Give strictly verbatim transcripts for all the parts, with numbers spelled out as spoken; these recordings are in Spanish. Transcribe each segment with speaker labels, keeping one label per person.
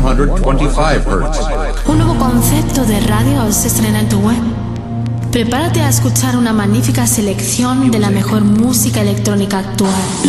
Speaker 1: veinticinco hertz.
Speaker 2: Un nuevo concepto de radio se estrena en tu web. Prepárate a escuchar una magnífica selección de la mejor música electrónica actual.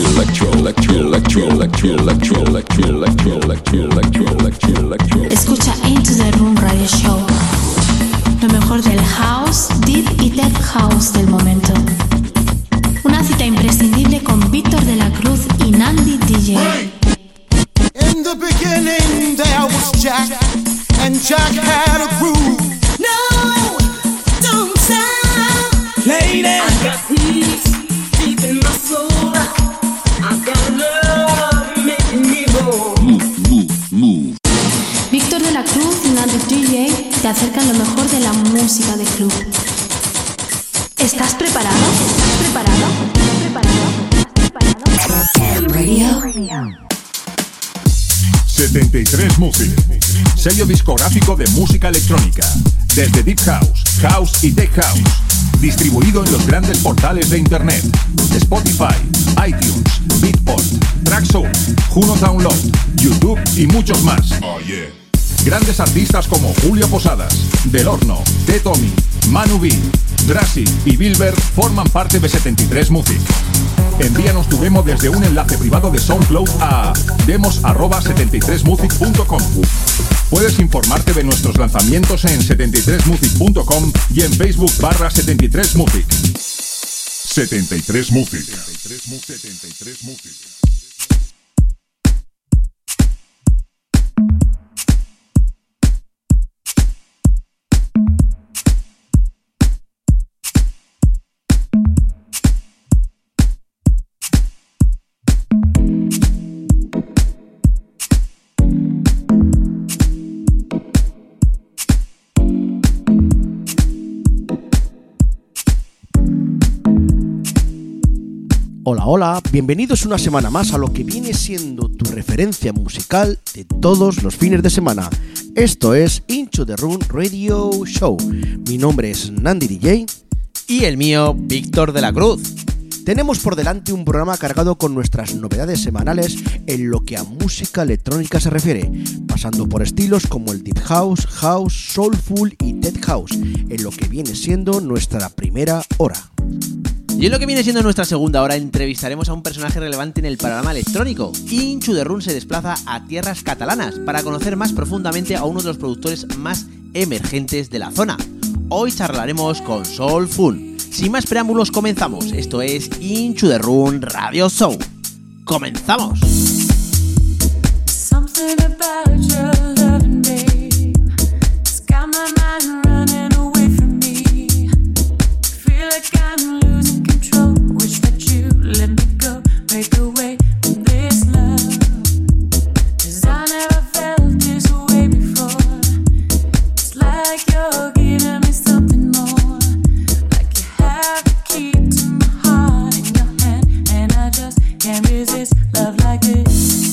Speaker 2: Escucha Into the Room Radio Show. Lo mejor del house, deep y tech house del momento. Una cita imprescindible con Víctor de la Cruz y Nandi D J.
Speaker 3: In the beginning there was Jack, and Jack had a groove. No, don't stop, lady. I got peace deep in my soul. I got love making me go.
Speaker 1: Move, move, move.
Speaker 2: Víctor de la Cruz y Nandi D J te acercan lo mejor de la música de club. ¿Estás preparado? ¿Estás preparado? ¿Estás preparado? ¿Estás preparado? Radio.
Speaker 4: setenta y tres Music, sello discográfico de música electrónica, desde Deep House, House y Tech House, distribuido en los grandes portales de internet, Spotify, iTunes, Beatport, Traxsource, Juno Download, YouTube y muchos más. Oh, yeah. Grandes artistas como Julio Posadas, Del Horno, T. Tommy, Manu B, Drassi y Bilber forman parte de setenta y tres Music. Envíanos tu demo desde un enlace privado de SoundCloud a demos arroba setenta y tres music punto com. Puedes informarte de nuestros lanzamientos en setenta y tres music punto com y en Facebook barra setenta y tres music. setenta y tres Music. setenta y tres Music.
Speaker 5: Hola, hola, bienvenidos una semana más a lo que viene siendo tu referencia musical de todos los fines de semana. Esto es Into the Room Radio Show. Mi nombre es Nandi D J.
Speaker 6: Y el mío, Víctor de la Cruz.
Speaker 5: Tenemos por delante un programa cargado con nuestras novedades semanales en lo que a música electrónica se refiere, pasando por estilos como el Deep House, House, Soulful y Tech House, en lo que viene siendo nuestra primera hora.
Speaker 6: Y en lo que viene siendo nuestra segunda hora entrevistaremos a un personaje relevante en el panorama electrónico. Into the Room se desplaza a tierras catalanas para conocer más profundamente a uno de los productores más emergentes de la zona. Hoy charlaremos con Soulful. Sin más preámbulos comenzamos. Esto es Into the Room Radio Show. ¡Comenzamos! Something about your loving, babe. It's got my mind running away from me. Feel like I'm losing control. Wish that you let me go. Break away from this love. 'Cause I never felt this way before. It's like you're giving me something more. Like you have the key to my heart in your hand. And I just can't resist love like this.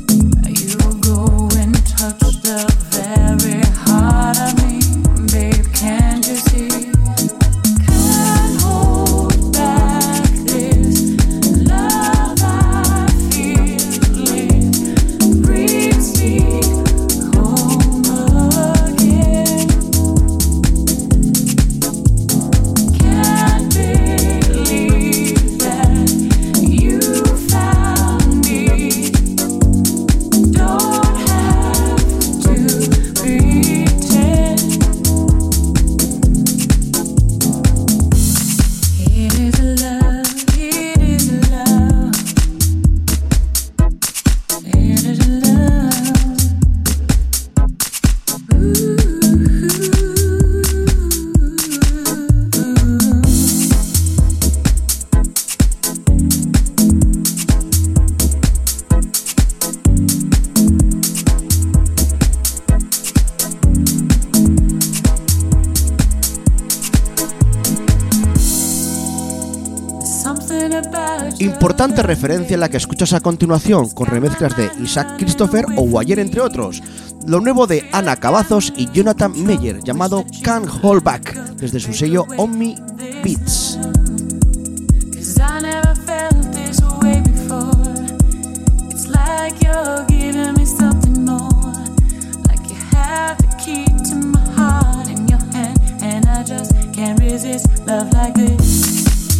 Speaker 6: Babe,
Speaker 5: Importante referencia la que escuchas a continuación, con remezclas de Isaac Christopher o Guayer, entre otros. Lo nuevo de Ana Cavazos y Jonathan Meyer, llamado Can't Hold Back, desde su sello Omni Beats.
Speaker 6: Love like this.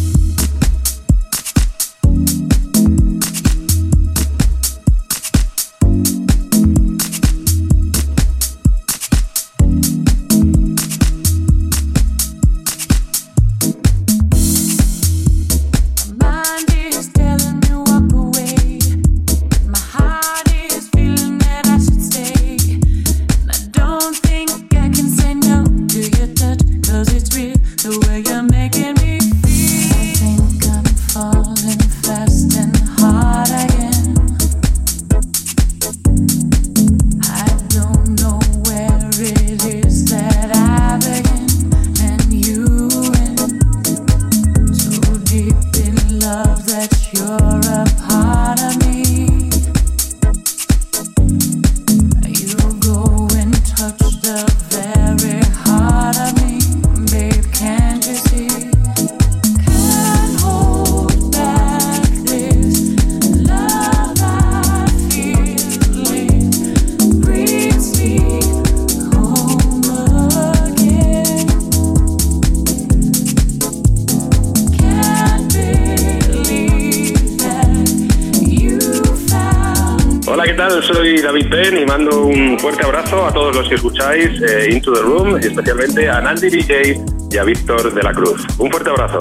Speaker 7: Soy David Ben y mando un fuerte abrazo a todos los que escucháis eh, Into the Room, y especialmente a Nandi D J y a Víctor de la Cruz. Un fuerte abrazo.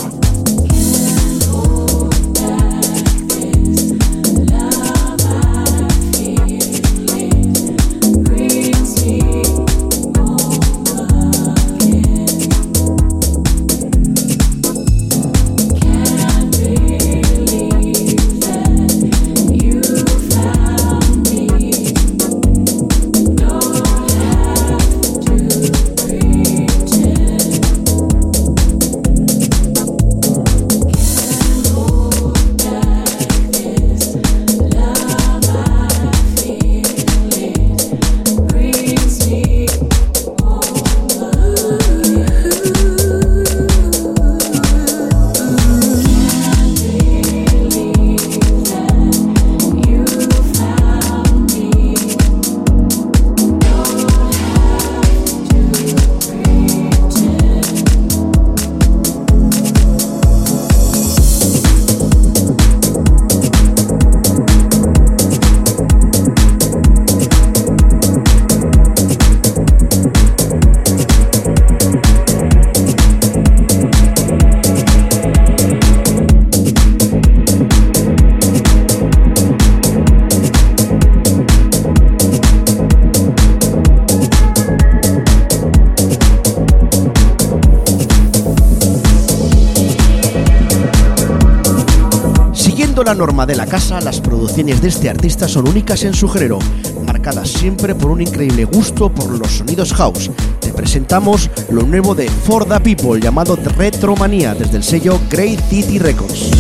Speaker 5: La norma de la casa, las producciones de este artista son únicas en su género, marcadas siempre por un increíble gusto por los sonidos house. Te presentamos lo nuevo de For the People, llamado Retromanía, desde el sello Great City Records.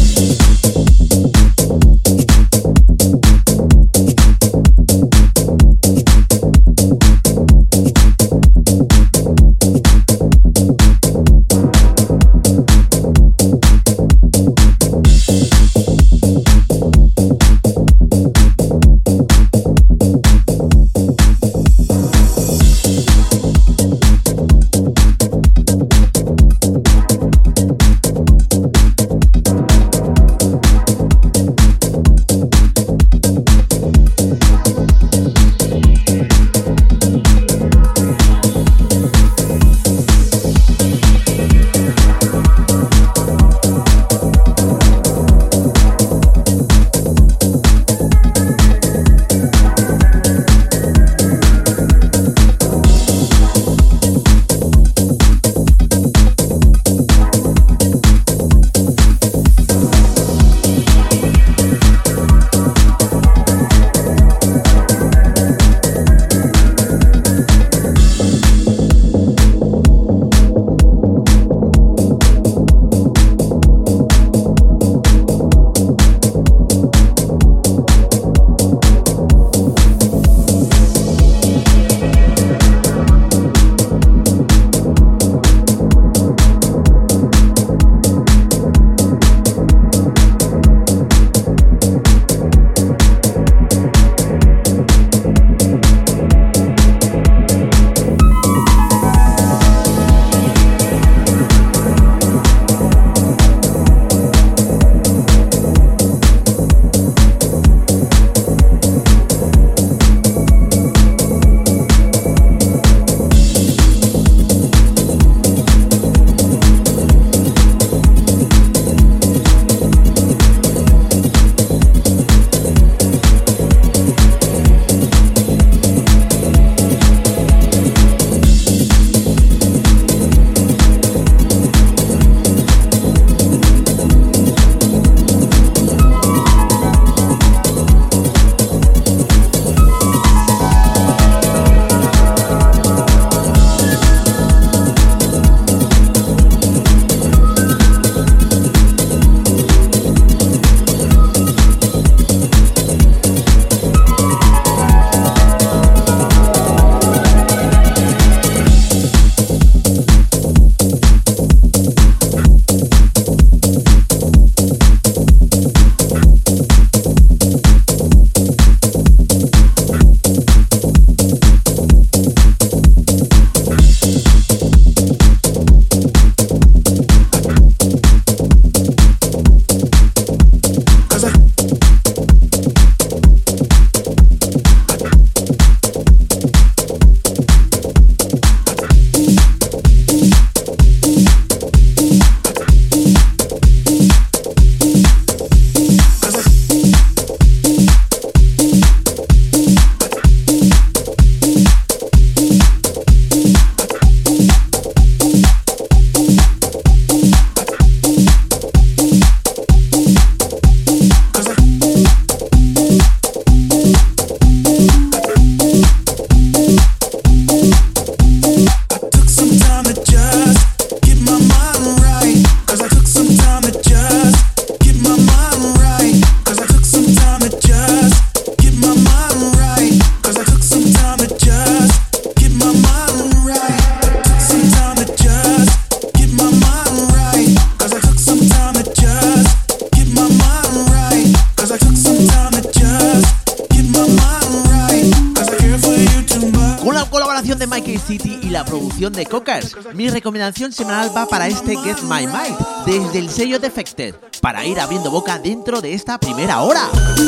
Speaker 8: colaboración de Mikey City y la producción de Cocas. Mi recomendación semanal va para este Get My Mind, desde el sello Defected, para ir abriendo boca dentro de esta primera hora.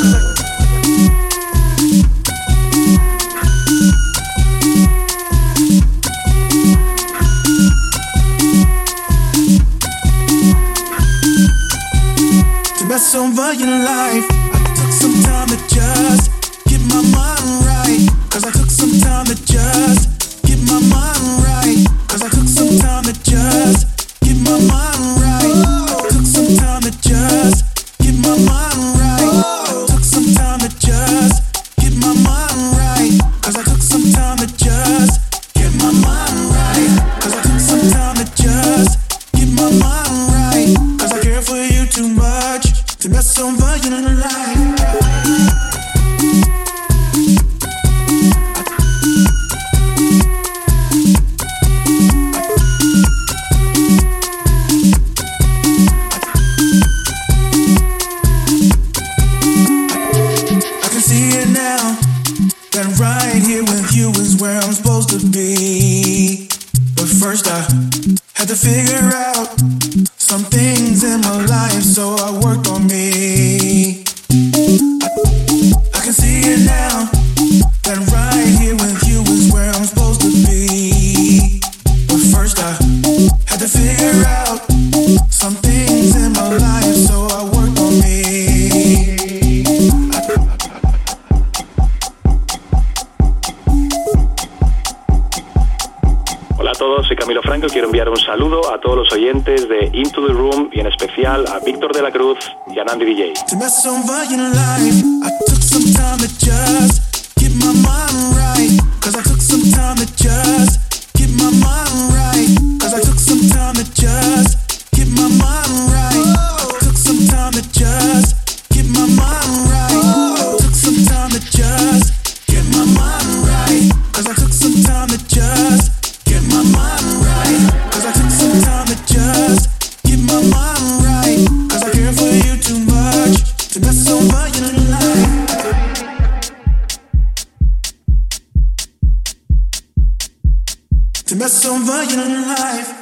Speaker 3: Best over your life. I took some time to just get my mind right. Cause I took some time to just get my mind right. Cause I took some time to just get my mind right. Took some time to just get my mind right. Took some time to just get my mind right. Cause I took some time to just get my mind right. Cause I took some time to just get my mind right. Cause I care for you too much to mess over your life. I can see it now, that right here with you is where I'm supposed to be. But first I had to figure out some things in my life, so I worked on me. I, I can see it now, that right here with you is where I'm supposed to be. But first I had to figure out some things in my life, so I worked on me.
Speaker 7: Hola a todos, soy Camilo Franco y quiero enviar un saludo a todos los oyentes de Into the Room y en especial a Víctor de la Cruz y a Nandi D J.
Speaker 3: To mess over your life, I took some time to just get my mind right. Cause I took some time to just get my mind right. Cause I took some time to just get my mind right. Took some time to just get my mind right. Took some time to just get my mind right. Cause I took some time to just get my mind right. Cause I took some time to just get my mind right. Cause I care for you too much to mess over your life. To mess over your life.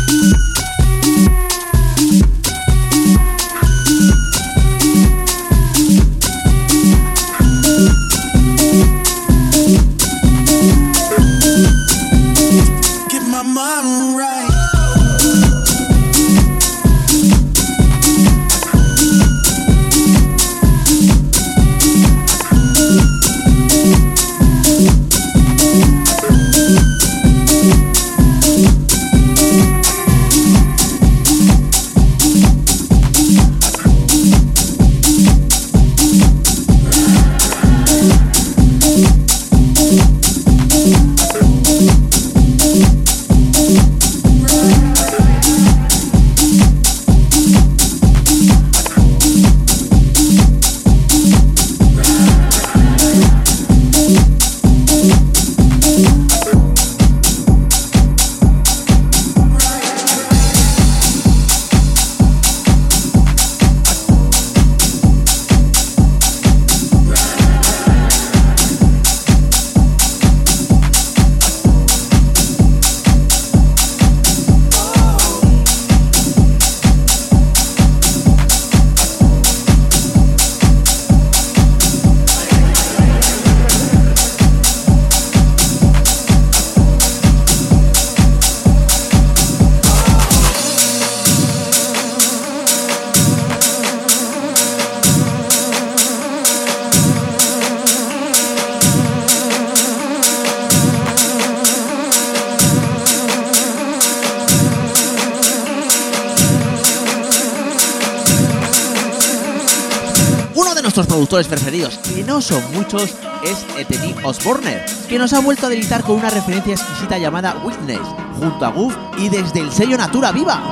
Speaker 3: Get my mind right.
Speaker 8: Nuestros productores preferidos, que no son muchos, es Ethnie Osborne, que nos ha vuelto a deleitar con una referencia exquisita llamada Witness, junto a Goof y desde el sello Natura Viva.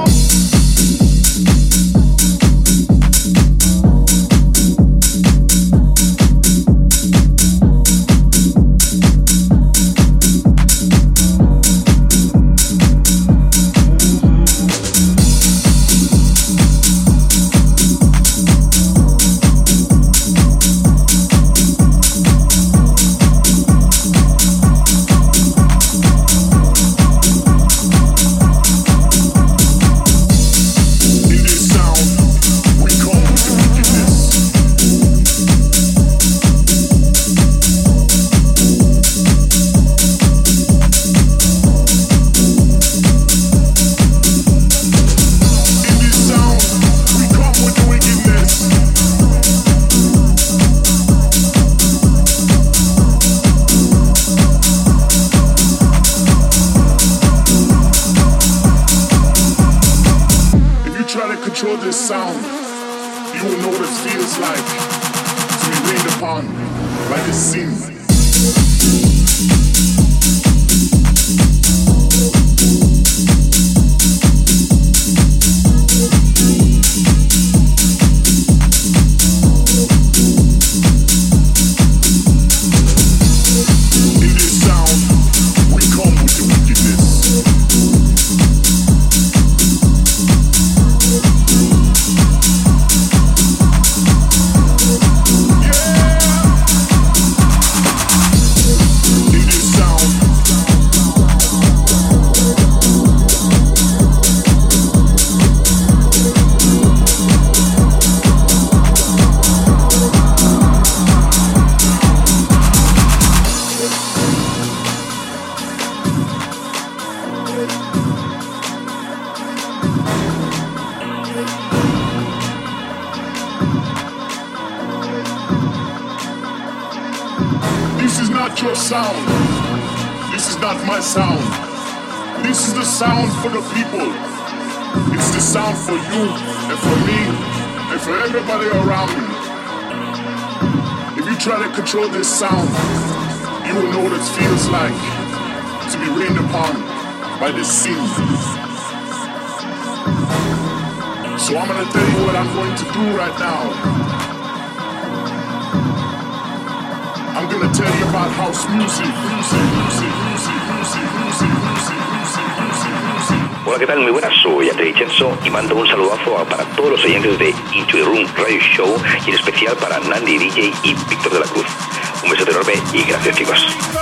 Speaker 9: control this sound, you will know what it feels like to be rained upon by the sin. This is not your sound. This is not my sound. This is the sound for the people. It's the sound for you and for me and for everybody around me. If you try to control this sound, you will know what it feels like to be rained upon by the sea. So I'm gonna tell you what I'm going to do right now. I'm gonna tell you about house music, music, music, music, music, music, music, music, music, music.
Speaker 10: Hola, ¿qué tal? Muy buenas, soy André Vincenzo y mando un saludazo para todos los oyentes de Into the Room Radio Show y en especial para Nandi D J y Víctor de la Cruz. Un beso enorme y gracias, chicos.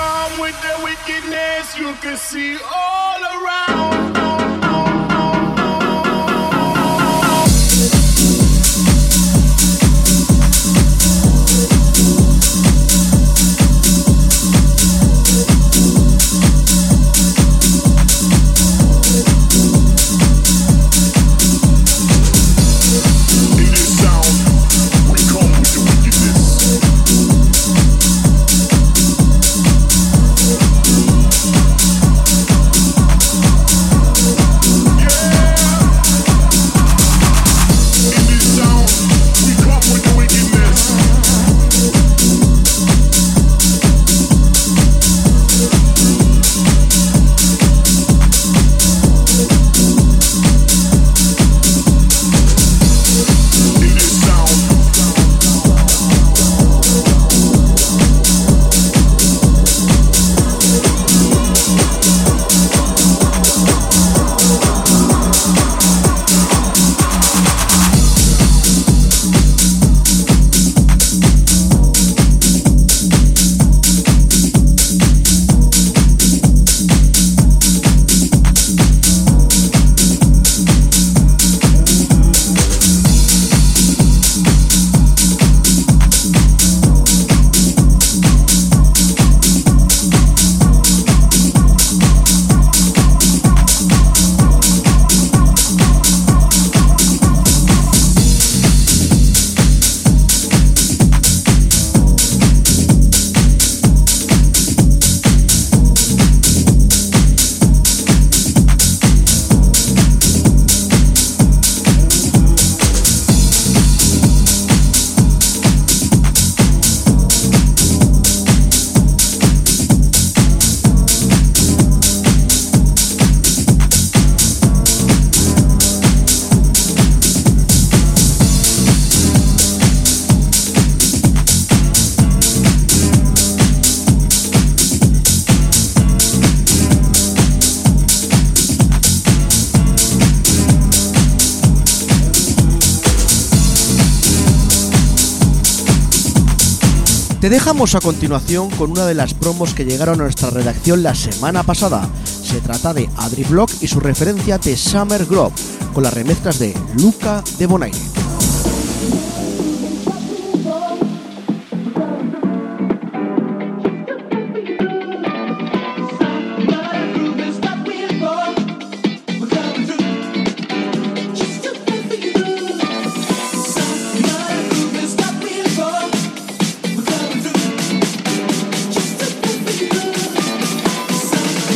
Speaker 5: Te dejamos a continuación con una de las promos que llegaron a nuestra redacción la semana pasada. Se trata de Adri Block y su referencia de Summer Grove, con las remezclas de Luca de Bonaire.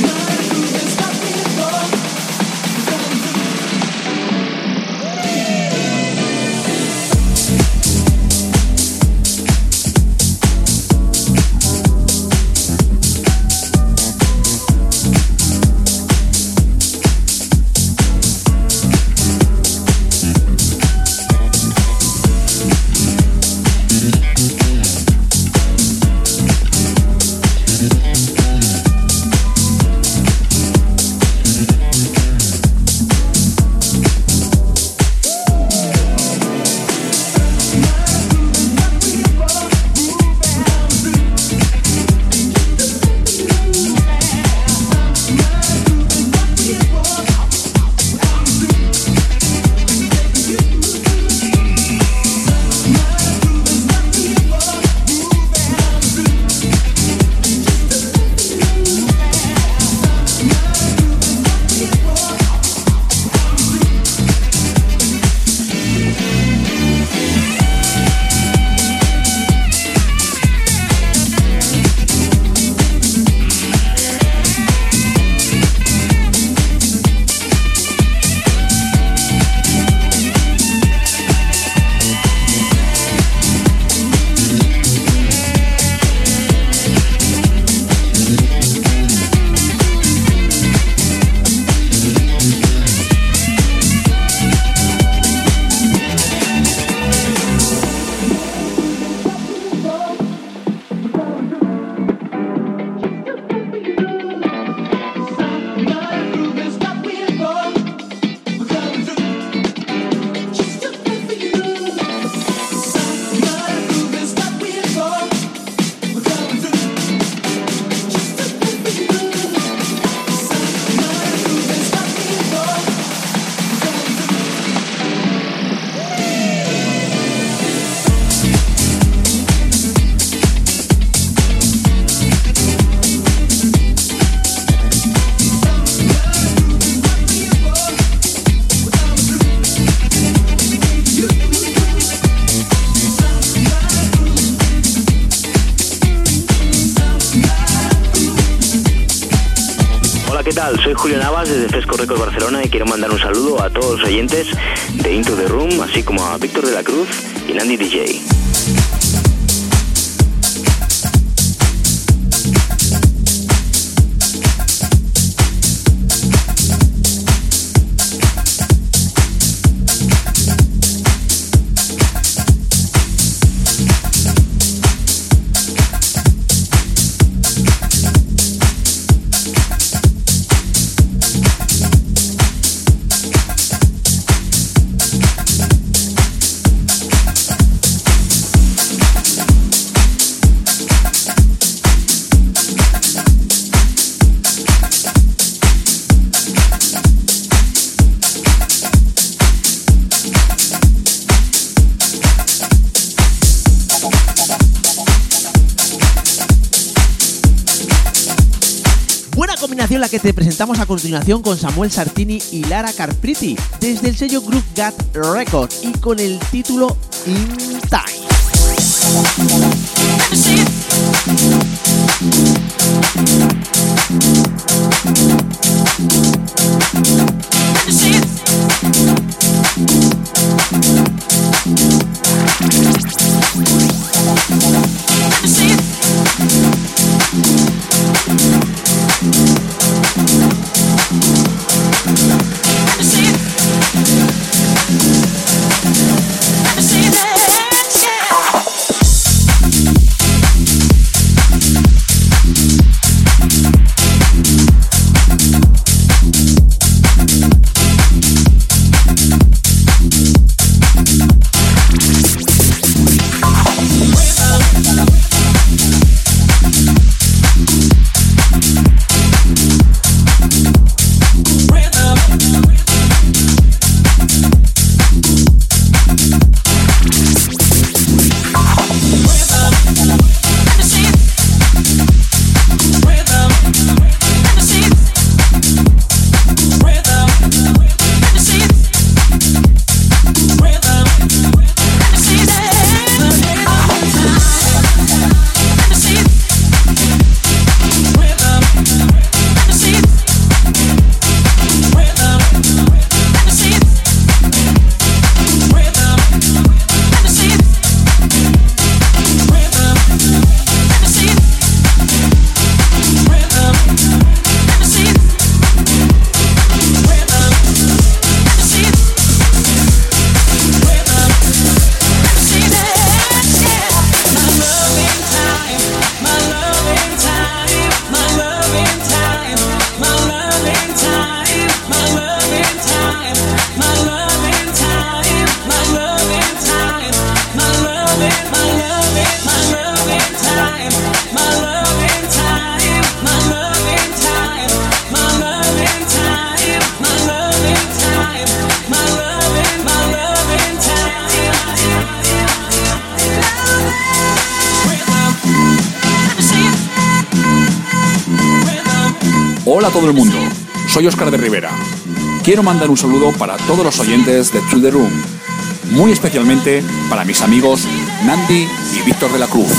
Speaker 3: Yeah.
Speaker 10: Hola, ¿qué tal? Soy Julio Navas desde Fresco Records Barcelona y quiero mandar un saludo a todos los oyentes de Into the Room, así como a Víctor de la Cruz y Nandi D J.
Speaker 8: La que te presentamos a continuación con Samuel Sartini y Lara Carpriti desde el sello Groove Gut Records y con el título In Time.
Speaker 11: Hola a todo el mundo, soy Óscar de Rivera. Quiero mandar un saludo para todos los oyentes de To The Room, muy especialmente para mis amigos Nandi y Víctor de la Cruz.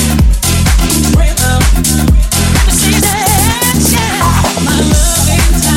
Speaker 6: My love in time.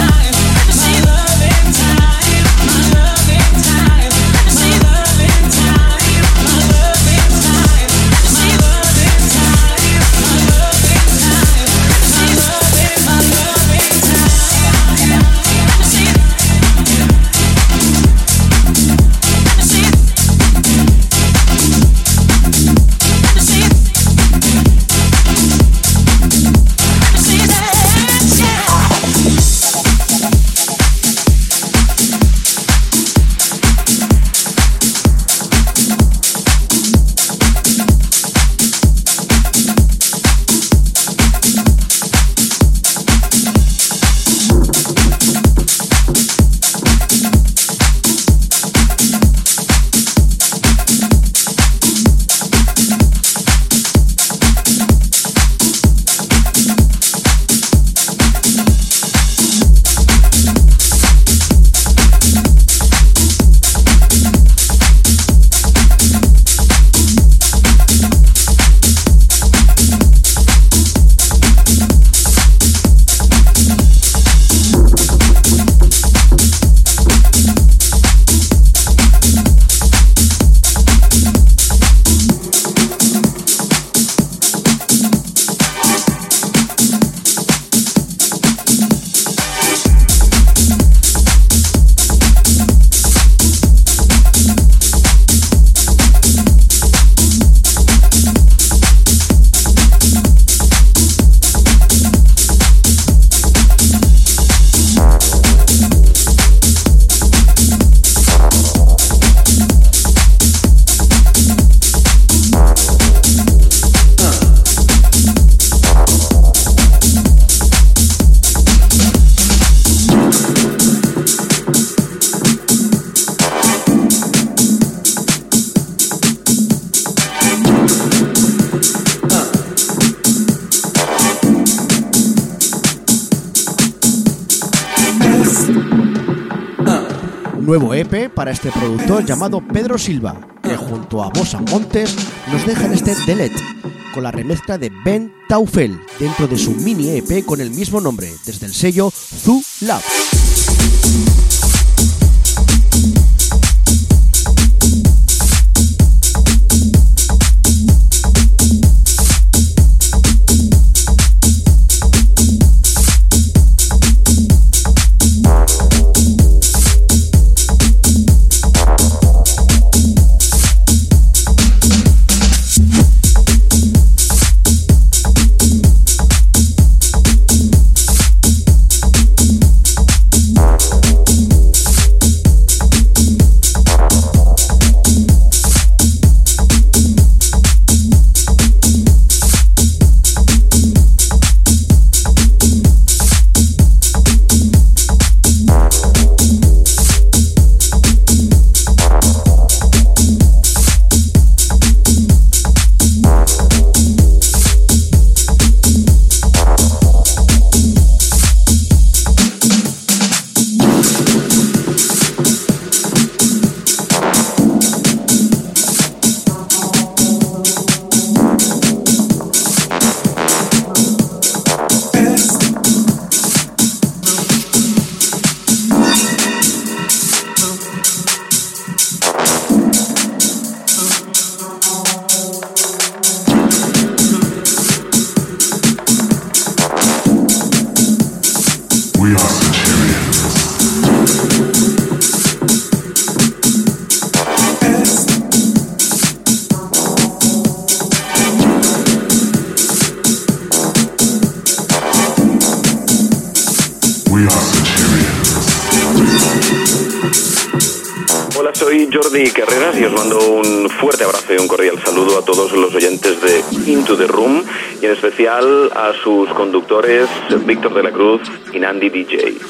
Speaker 5: Nuevo E P para este productor llamado Pedro Silva, que junto a Bossa Montes nos dejan este Delete, con la remezcla de Ben Taufel dentro de su mini E P con el mismo nombre, desde el sello Zoo Lab.
Speaker 10: Soy Jordi Carreras y os mando un fuerte abrazo y un cordial saludo a todos los oyentes de Into the Room y en especial a sus conductores Víctor de la Cruz y Nandi D J.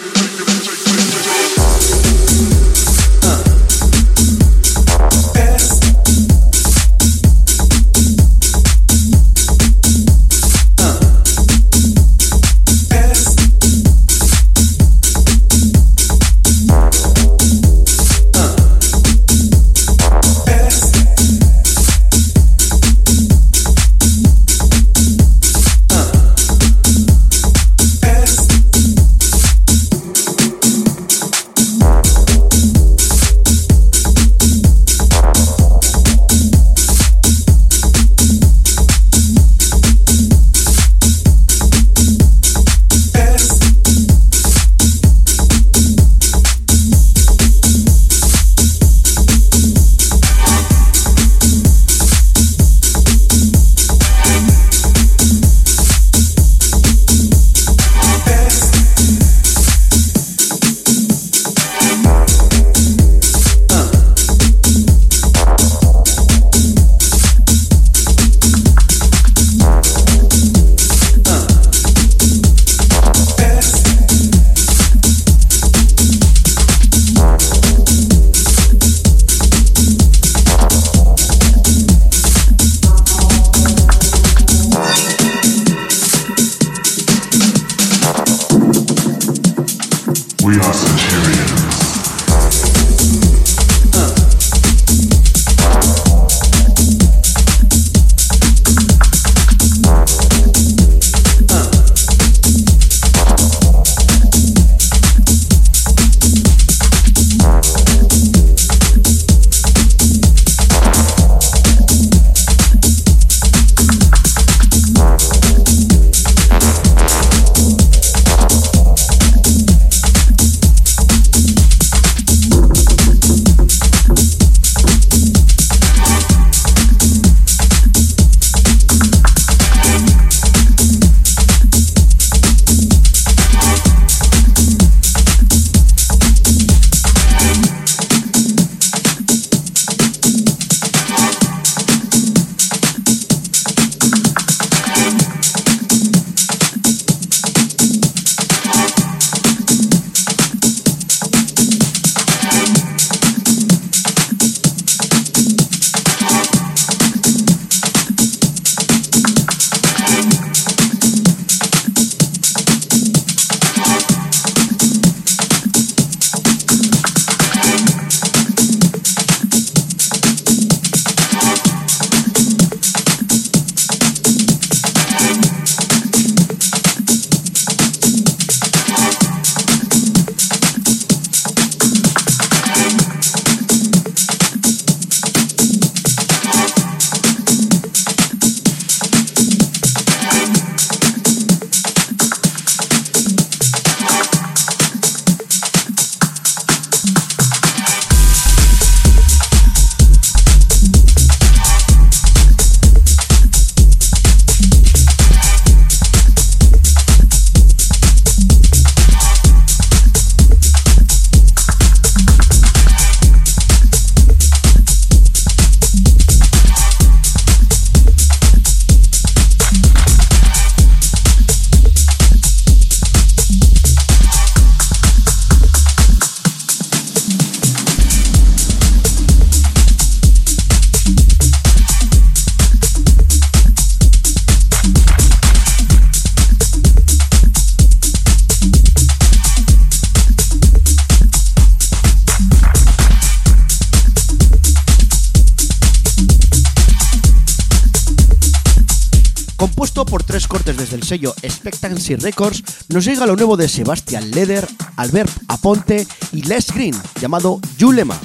Speaker 5: Compuesto por tres cortes desde el sello Expectancy Records, nos llega lo nuevo de Sebastian Leder, Albert Aponte y Les Green, llamado Yulema.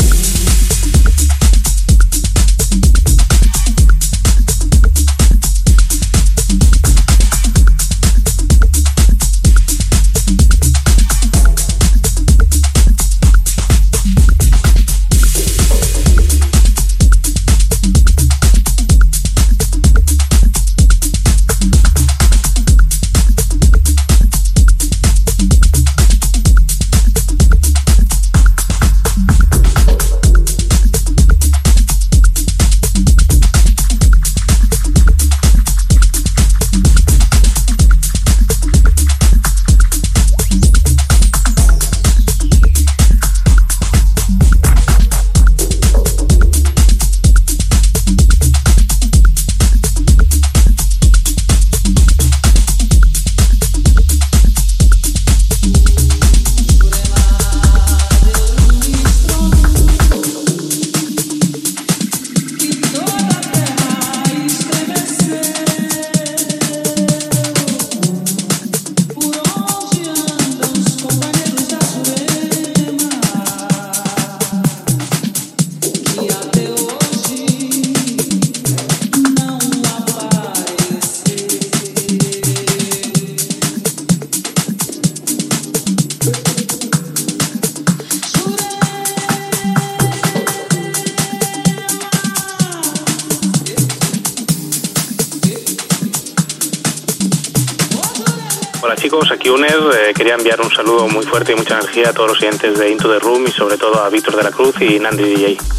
Speaker 12: Hola chicos, aquí Uner. Eh, quería enviar un saludo muy fuerte y mucha energía a todos los oyentes de Into the Room y sobre todo a Víctor de la Cruz y Nandi D J.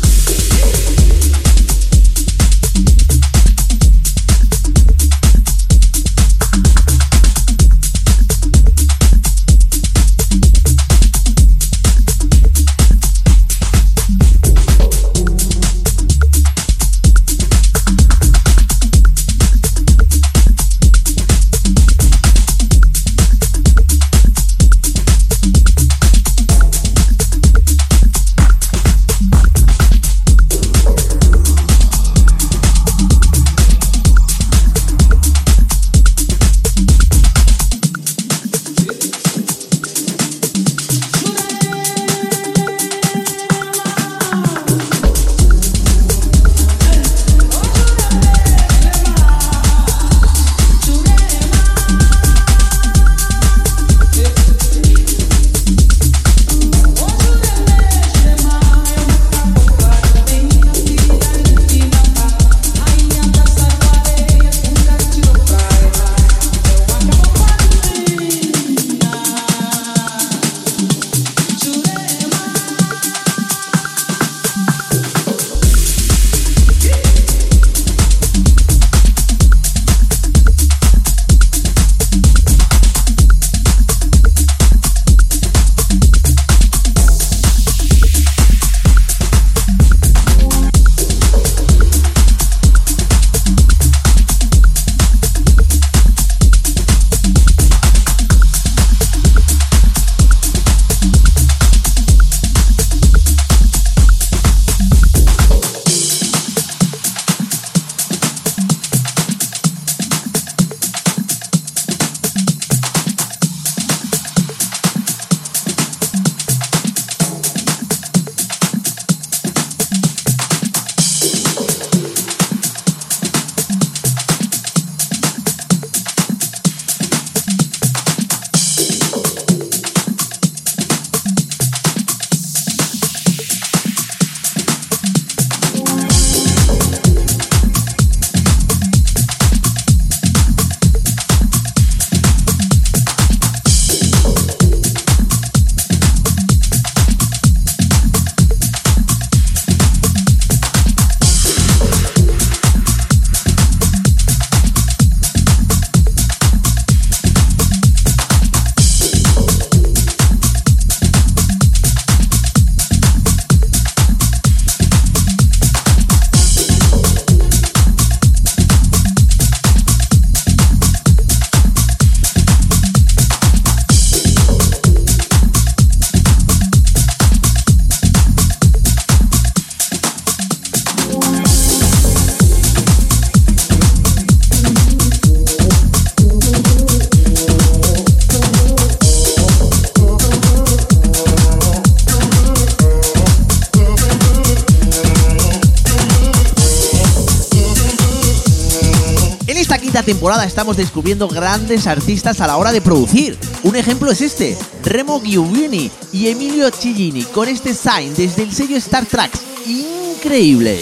Speaker 8: esta temporada estamos descubriendo grandes artistas a la hora de producir. Un ejemplo es este, Remo Giovini y Emilio Cigini con este Sign desde el sello Star Tracks. Increíble.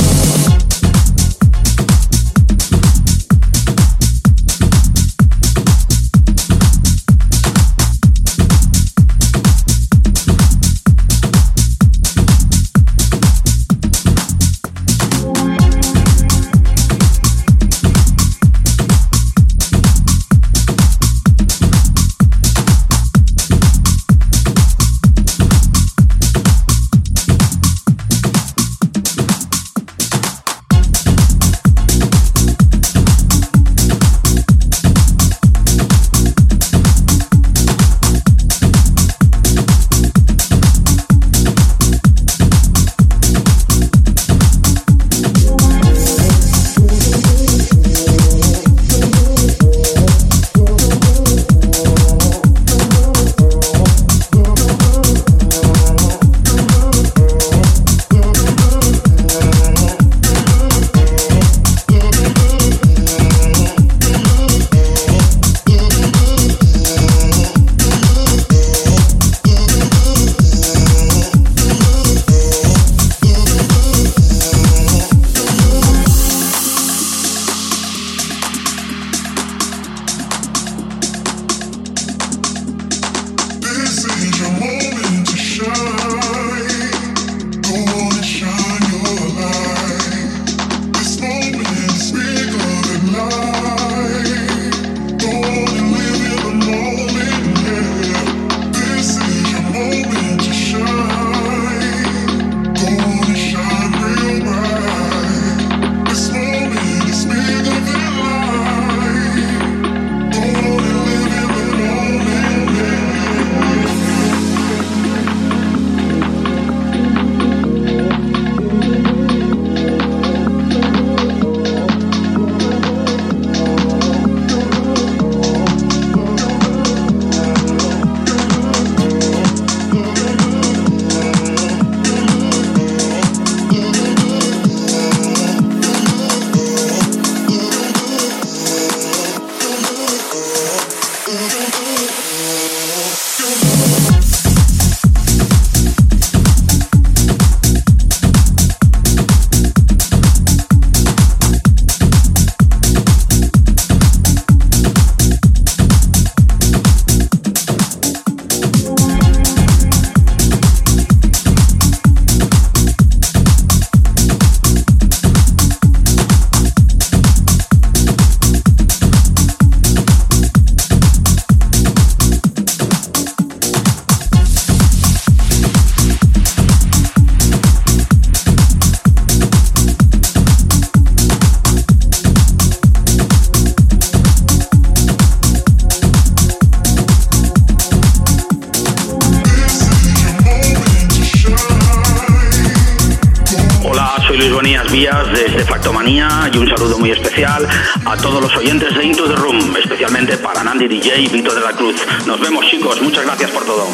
Speaker 13: Desde Factomanía y un saludo muy especial a todos los oyentes de Into the Room, especialmente para Nandi D J y Víctor de la Cruz. Nos vemos, chicos, muchas gracias por todo.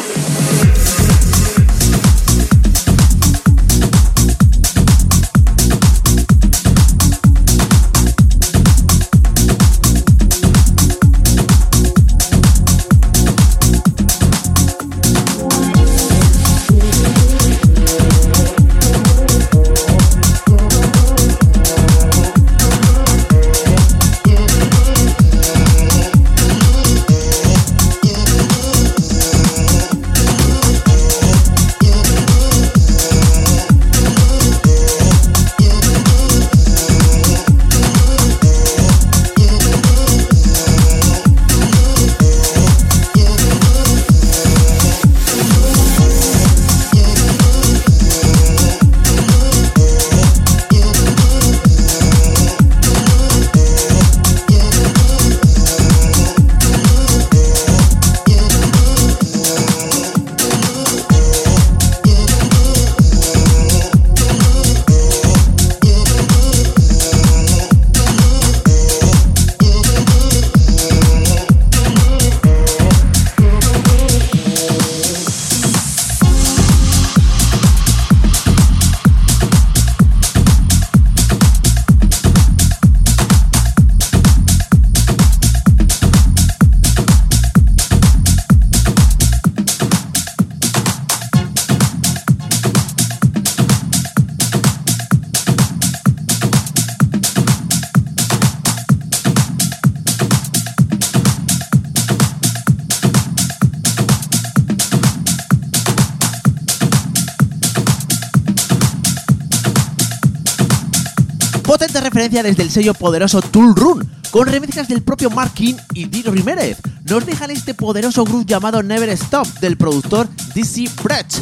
Speaker 8: Potente referencia desde el sello poderoso Tool Run, con remezclas del propio Mark King y Dino Ramírez. Nos dejan este poderoso groove llamado Never Stop del productor Dizzy Brett.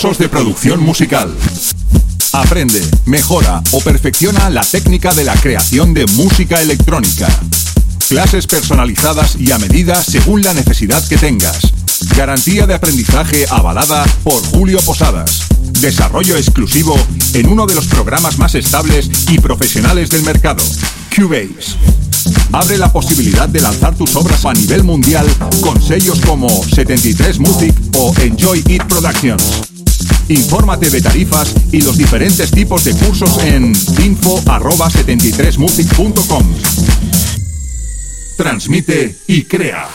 Speaker 4: Cursos de producción musical. Aprende, mejora o perfecciona la técnica de la creación de música electrónica. Clases personalizadas y a medida según la necesidad que tengas. Garantía de aprendizaje avalada por Julio Posadas. Desarrollo exclusivo en uno de los programas más estables y profesionales del mercado, Cubase. Abre la posibilidad de lanzar tus obras a nivel mundial con sellos como setenta y tres Music o Enjoy It Productions. Infórmate de tarifas y los diferentes tipos de cursos en info arroba setenta y tres music punto com. Transmite y crea.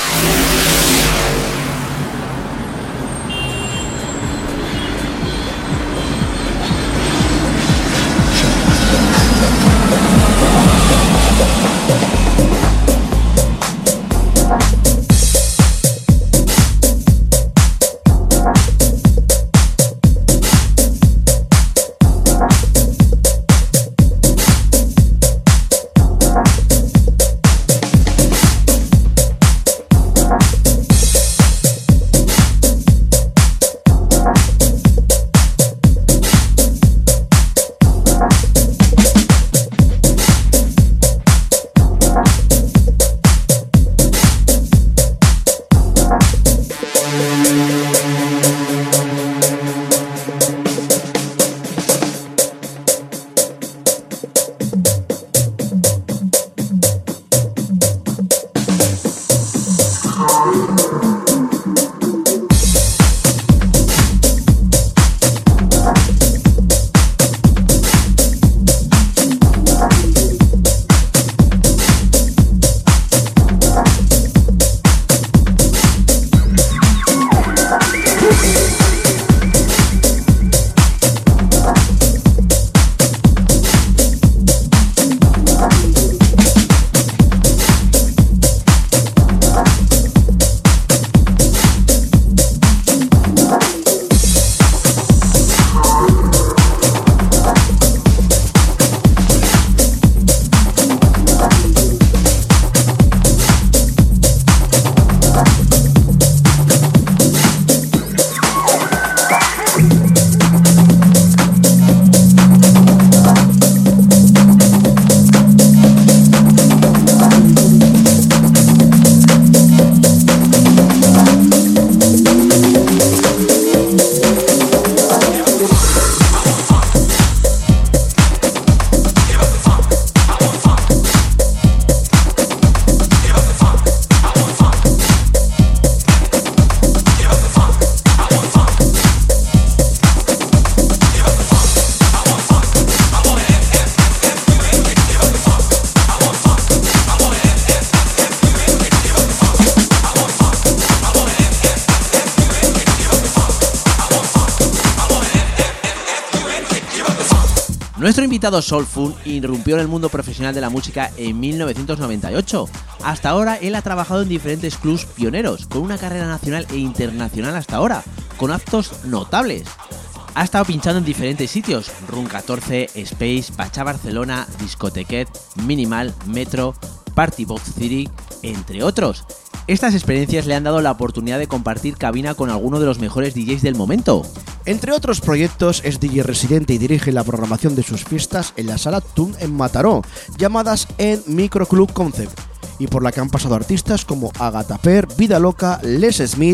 Speaker 8: Nuestro invitado Soulful irrumpió en el mundo profesional de la música en mil novecientos noventa y ocho. Hasta ahora él ha trabajado en diferentes clubs pioneros, con una carrera nacional e internacional hasta ahora, con actos notables. Ha estado pinchando en diferentes sitios: Room catorce, Space, Pacha Barcelona, Discotequet, Minimal, Metro, Party Box City, entre otros. Estas experiencias le han dado la oportunidad de compartir cabina con alguno de los mejores D Js del momento.
Speaker 5: Entre otros proyectos, es D J residente y dirige la programación de sus fiestas en la Sala Tun en Mataró, llamadas en Micro Club Concept, y por la que han pasado artistas como Agatha Per, Vida Loca, Les Smith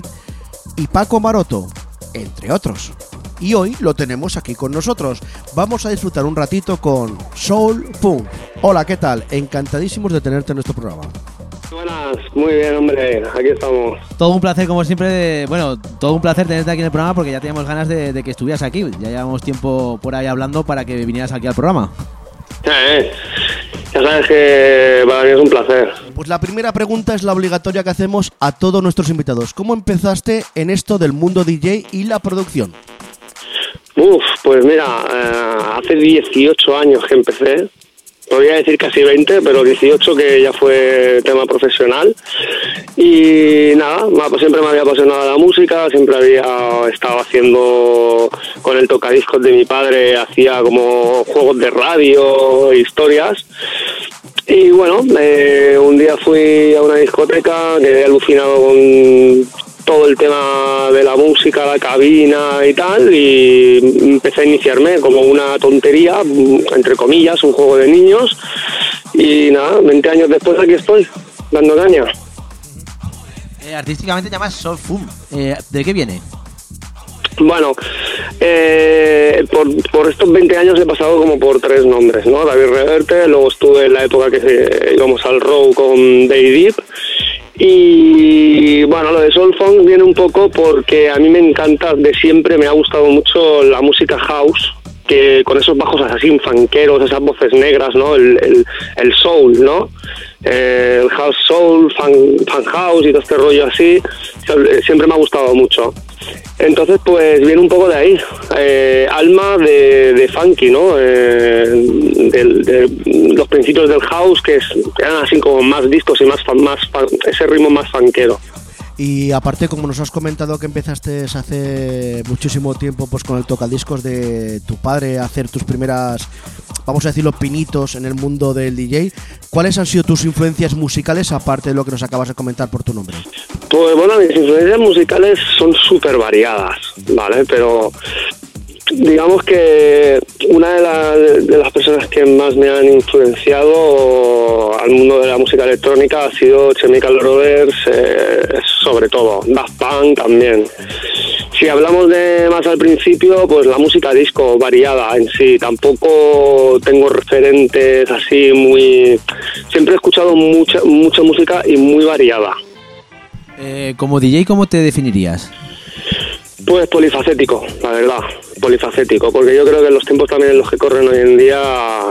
Speaker 5: y Paco Maroto, entre otros. Y hoy lo tenemos aquí con nosotros. Vamos a disfrutar un ratito con Soulful. Hola, ¿qué tal? Encantadísimos de tenerte en nuestro programa.
Speaker 14: Buenas, muy bien, hombre, aquí estamos.
Speaker 8: Todo un placer, como siempre, de, bueno, todo un placer tenerte aquí en el programa, porque ya teníamos ganas de, de que estuvieras aquí. Ya llevamos tiempo por ahí hablando para que vinieras aquí al programa.
Speaker 14: Eh, ya sabes que para mí es un placer.
Speaker 5: Pues la primera pregunta es la obligatoria que hacemos a todos nuestros invitados. ¿Cómo empezaste en esto del mundo D J y la producción?
Speaker 14: Uf, pues mira, eh, hace dieciocho años que empecé. Podría decir casi veinte, pero dieciocho, que ya fue tema profesional. Y nada, siempre me había apasionado la música, siempre había estado haciendo con el tocadiscos de mi padre, hacía como juegos de radio, historias. Y bueno, eh, un día fui a una discoteca, quedé alucinado con todo el tema de la música, la cabina y tal, y empecé a iniciarme como una tontería, entre comillas, un juego de niños, y nada, veinte años después aquí estoy, dando caña.
Speaker 8: Eh, artísticamente te llamas Soulful. Eh, ¿De qué viene?
Speaker 14: Bueno, eh, por, por estos veinte años he pasado como por tres nombres, ¿no? David Reverte, luego estuve en la época que se, íbamos al Row con Day Deep, y bueno, lo de Soul Funk viene un poco porque a mí me encanta, de siempre me ha gustado mucho la música house, que con esos bajos así funkeros, esas voces negras, ¿no? El, el, el soul, ¿no? Eh, el house soul, fun, fun house y todo este rollo así, siempre me ha gustado mucho. Entonces, pues viene un poco de ahí, eh, alma de, de funky, ¿no? Eh, de, de los principios del house, que es, eran así como más discos y más, fan, más fan, ese ritmo más funkero.
Speaker 5: Y aparte, como nos has comentado que empezaste hace muchísimo tiempo pues con el tocadiscos de tu padre a hacer tus primeras, vamos a decirlo, pinitos en el mundo del D J, ¿cuáles han sido tus influencias musicales aparte de lo que nos acabas de comentar por tu nombre?
Speaker 14: Pues bueno, mis influencias musicales son súper variadas, ¿vale? Pero digamos que una de, la, de las personas que más me han influenciado al mundo de la música electrónica ha sido Chemical Brothers, eh, sobre todo, Daft Punk también. Si hablamos de más al principio, pues la música disco variada en sí, tampoco tengo referentes así muy... Siempre he escuchado mucha, mucha música y muy variada.
Speaker 8: Eh, como D J, ¿cómo te definirías?
Speaker 14: Pues polifacético, la verdad, polifacético, porque yo creo que en los tiempos también en los que corren hoy en día,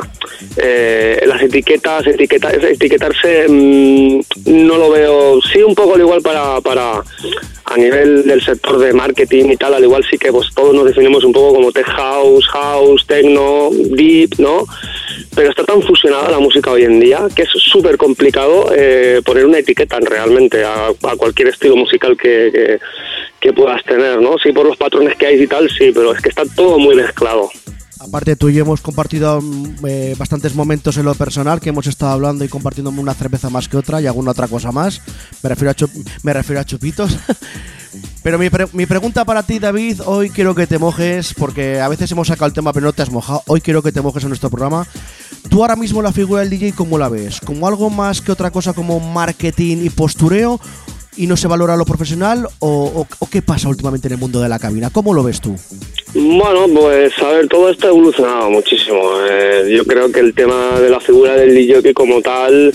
Speaker 14: eh, las etiquetas, etiqueta, etiquetarse mmm, no lo veo, sí un poco al igual para, para a nivel del sector de marketing y tal, al igual sí que pues todos nos definimos un poco como tech house, house, techno, deep, ¿no? Pero está tan fusionada la música hoy en día que es súper complicado eh, poner una etiqueta realmente a, a cualquier estilo musical que, que, que puedas tener, ¿no? Sí, por los patrones que hay y tal, sí, pero es que está todo muy mezclado.
Speaker 5: Aparte, tú y yo hemos compartido eh, bastantes momentos en lo personal, que hemos estado hablando y compartiendo una cerveza más que otra y alguna otra cosa más. Me refiero a, chup me refiero a chupitos. Pero mi, pre mi pregunta para ti, David, hoy quiero que te mojes, porque a veces hemos sacado el tema pero no te has mojado. Hoy quiero que te mojes en nuestro programa. ¿Tú ahora mismo la figura del D J cómo la ves? ¿Como algo más que otra cosa como marketing y postureo y no se valora lo profesional? ¿O, o, o qué pasa últimamente en el mundo de la cabina? ¿Cómo lo ves tú?
Speaker 14: Bueno, pues a ver, todo esto ha evolucionado muchísimo. Eh, yo creo que el tema de la figura del D J como tal,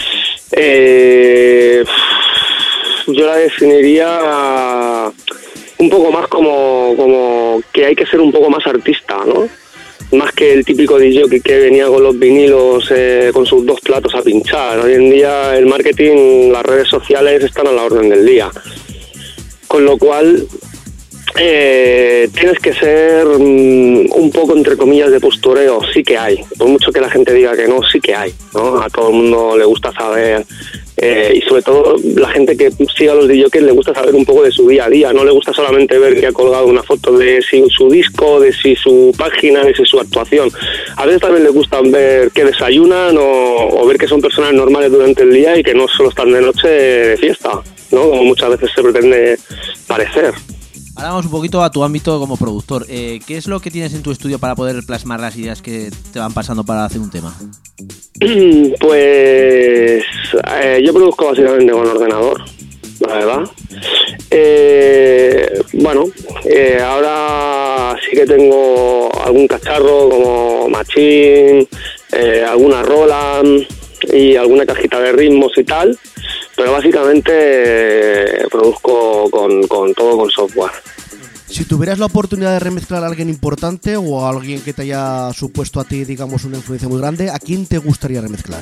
Speaker 14: eh, yo la definiría un poco más como, como que hay que ser un poco más artista, ¿no? Más que el típico D J que venía con los vinilos, eh, con sus dos platos a pinchar. Hoy en día el marketing, las redes sociales están a la orden del día. Con lo cual, eh, tienes que ser um, un poco, entre comillas, de postureo. Sí que hay. Por mucho que la gente diga que no, sí que hay, ¿no? A todo el mundo le gusta saber... Eh, y sobre todo la gente que sigue a los D Js le gusta saber un poco de su día a día, no le gusta solamente ver que ha colgado una foto de si su disco, de si su página, de si su actuación. A veces también les gusta ver que desayunan o, o ver que son personas normales durante el día y que no solo están de noche de fiesta, ¿no? Como muchas veces se pretende parecer.
Speaker 8: Ahora vamos un poquito a tu ámbito como productor. Eh, ¿Qué es lo que tienes en tu estudio para poder plasmar las ideas que te van pasando para hacer un tema?
Speaker 14: Pues eh, yo produzco básicamente con ordenador, la verdad. Eh, bueno, eh, ahora sí que tengo algún cacharro como Machine, eh, alguna Roland y alguna cajita de ritmos y tal, pero básicamente eh, produzco con, con todo con software.
Speaker 5: Si tuvieras la oportunidad de remezclar a alguien importante o a alguien que te haya supuesto a ti, digamos, una influencia muy grande, ¿a quién te gustaría remezclar?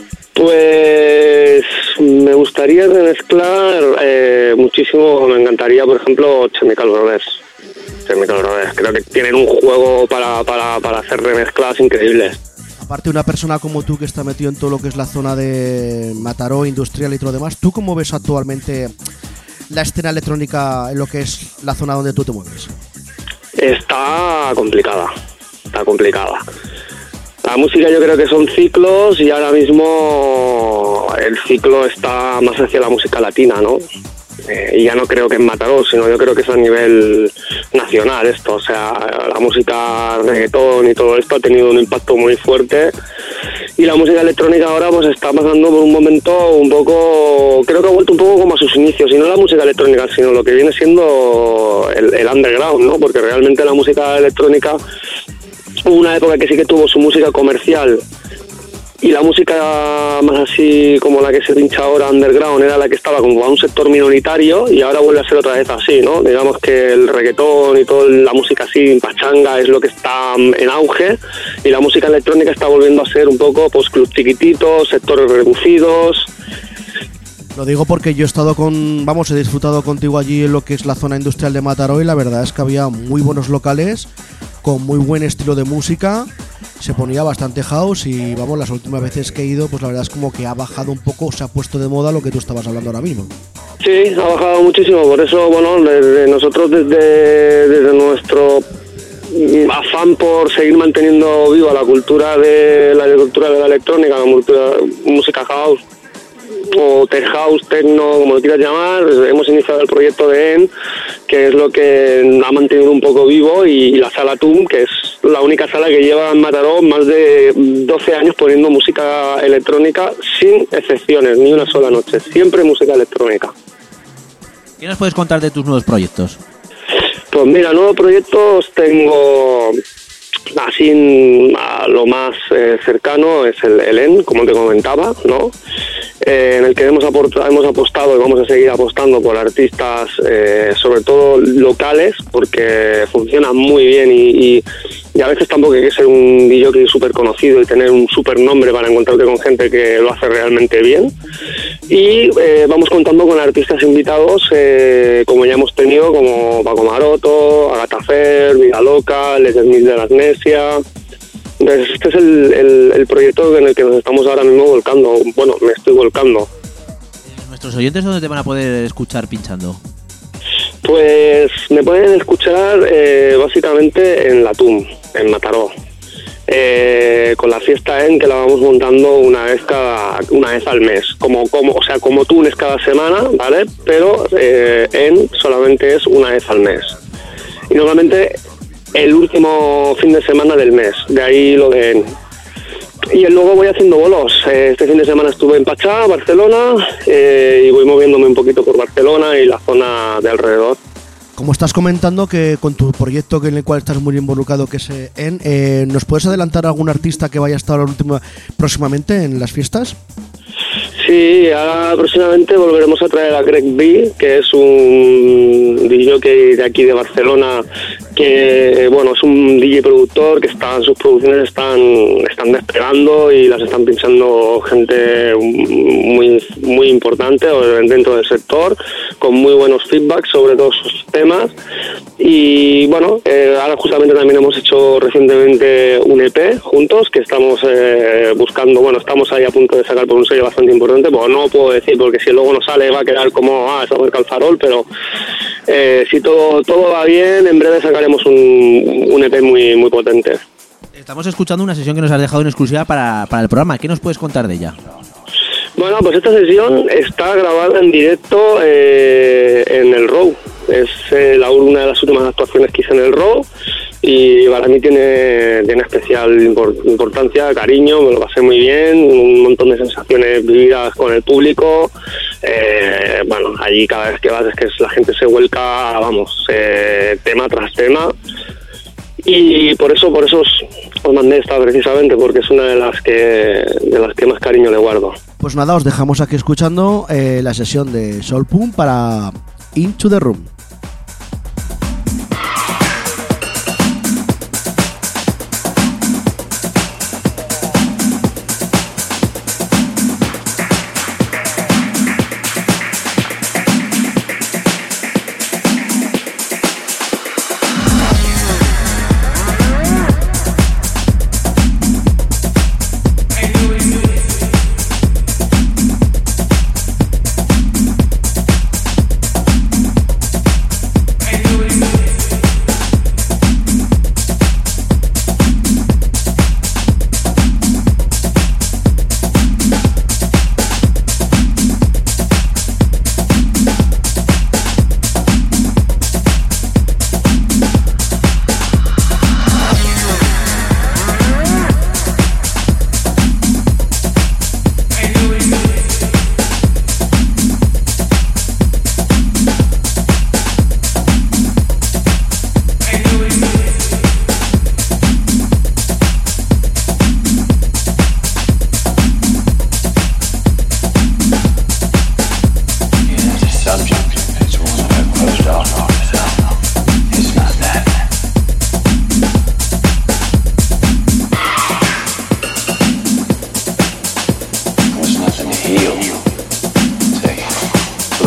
Speaker 14: Pues me gustaría remezclar eh, muchísimo, me encantaría, por ejemplo, Chemical Brothers. Chemical Brothers, creo que tienen un juego para, para, para hacer remezclas increíbles.
Speaker 5: Aparte, una persona como tú que está metido en todo lo que es la zona de Mataró, industrial y todo lo demás, ¿tú cómo ves actualmente la escena electrónica en lo que es la zona donde tú te mueves?
Speaker 14: Está complicada, está complicada. La música yo creo que son ciclos y ahora mismo el ciclo está más hacia la música latina, ¿no? Eh, y ya no creo que en Mataró, sino yo creo que es a nivel nacional esto. O sea, la música reggaetón y todo esto ha tenido un impacto muy fuerte. Y la música electrónica ahora pues está pasando por un momento un poco, creo que ha vuelto un poco como a sus inicios, y no la música electrónica, sino lo que viene siendo el, el underground, ¿no? Porque realmente la música electrónica hubo una época que sí que tuvo su música comercial, y la música más así como la que se pincha ahora underground era la que estaba como a un sector minoritario, y ahora vuelve a ser otra vez así, ¿no? Digamos que el reggaetón y toda la música así, pachanga, es lo que está en auge, y la música electrónica está volviendo a ser un poco pues club chiquititos, sectores reducidos.
Speaker 5: Lo digo porque yo he estado con, vamos, he disfrutado contigo allí en lo que es la zona industrial de Mataró, y la verdad es que había muy buenos locales con muy buen estilo de música. Se ponía bastante house y vamos, las últimas veces que he ido, pues la verdad es como que ha bajado un poco, se ha puesto de moda lo que tú estabas hablando ahora mismo.
Speaker 14: Sí, ha bajado muchísimo, por eso, bueno, desde nosotros desde, desde nuestro afán por seguir manteniendo viva la cultura de la cultura de la electrónica, la cultura, música house o tech house, techno, como lo quieras llamar, hemos iniciado el proyecto de E N, que es lo que ha mantenido un poco vivo, y, y la sala T U M, que es la única sala que lleva en Mataró más de doce años poniendo música electrónica sin excepciones, ni una sola noche, siempre música electrónica.
Speaker 8: ¿Qué nos puedes contar de tus nuevos proyectos?
Speaker 14: Pues mira, nuevos proyectos tengo así, a lo más eh, cercano es el, el E N, como te comentaba, ¿no? Eh, en el que hemos, aportado, hemos apostado y vamos a seguir apostando por artistas, eh, sobre todo locales, porque funcionan muy bien, y, y, y a veces tampoco hay que ser un D J súper conocido y tener un súper nombre para encontrarte con gente que lo hace realmente bien. Y eh, vamos contando con artistas invitados, eh, como ya hemos tenido, como Paco Maroto, Agatha Fer, Vida Loca, Les Smith de la Amnesia. Entonces, este es el, el, el proyecto en el que nos estamos ahora mismo volcando. Bueno, me estoy volcando.
Speaker 8: ¿Nuestros oyentes dónde te van a poder escuchar pinchando?
Speaker 14: Pues me pueden escuchar eh, básicamente en la T U M, en Mataró. Eh, con la fiesta E N, que la vamos montando una vez cada una vez al mes, como como o sea como Tunes cada semana, ¿vale? Pero eh, E N solamente es una vez al mes, y normalmente el último fin de semana del mes, de ahí lo de E N. Y luego voy haciendo bolos. Eh, este fin de semana estuve en Pachá, Barcelona, eh, y voy moviéndome un poquito por Barcelona y la zona de alrededor.
Speaker 5: Como estás comentando que con tu proyecto en el cual estás muy involucrado, que es E N, eh, ¿nos puedes adelantar algún artista que vaya a estar última, próximamente en las fiestas?
Speaker 14: Sí, ahora próximamente volveremos a traer a Greg B, que es un D J de aquí de Barcelona, que bueno, es un D J productor que está, sus producciones están están despegando y las están pinchando gente muy muy importante dentro del sector, con muy buenos feedbacks sobre todos sus temas. Y bueno, eh, ahora justamente también hemos hecho recientemente un E P juntos, que estamos eh, buscando, bueno, estamos ahí a punto de sacar por un sello bastante importante, pues no puedo decir, porque si luego no sale va a quedar como, ah, estamos en el farol, pero eh, si todo todo va bien, en breve sacaremos un, un E P muy muy potente.
Speaker 8: Estamos escuchando una sesión que nos has dejado en exclusiva para, para el programa. ¿Qué nos puedes contar de ella?
Speaker 14: Bueno, pues esta sesión está grabada en directo eh, en el Raw. Es eh, la, una de las últimas actuaciones que hice en el Raw, y para mí tiene, tiene especial import, importancia, cariño, me lo pasé muy bien, un montón de sensaciones vividas con el público. Eh, bueno, allí cada vez que vas es que la gente se vuelca, vamos, eh, tema tras tema. Y por eso por eso os, os mandé esta precisamente, porque es una de las que de las que más cariño le guardo.
Speaker 5: Pues nada, os dejamos aquí escuchando eh, la sesión de Soul Pum para Into the Room.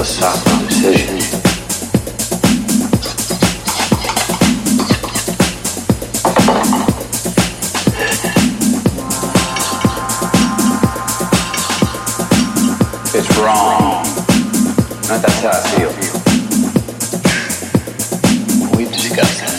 Speaker 15: philosophical decision. It's wrong. Not that's how I feel. We've discussed that.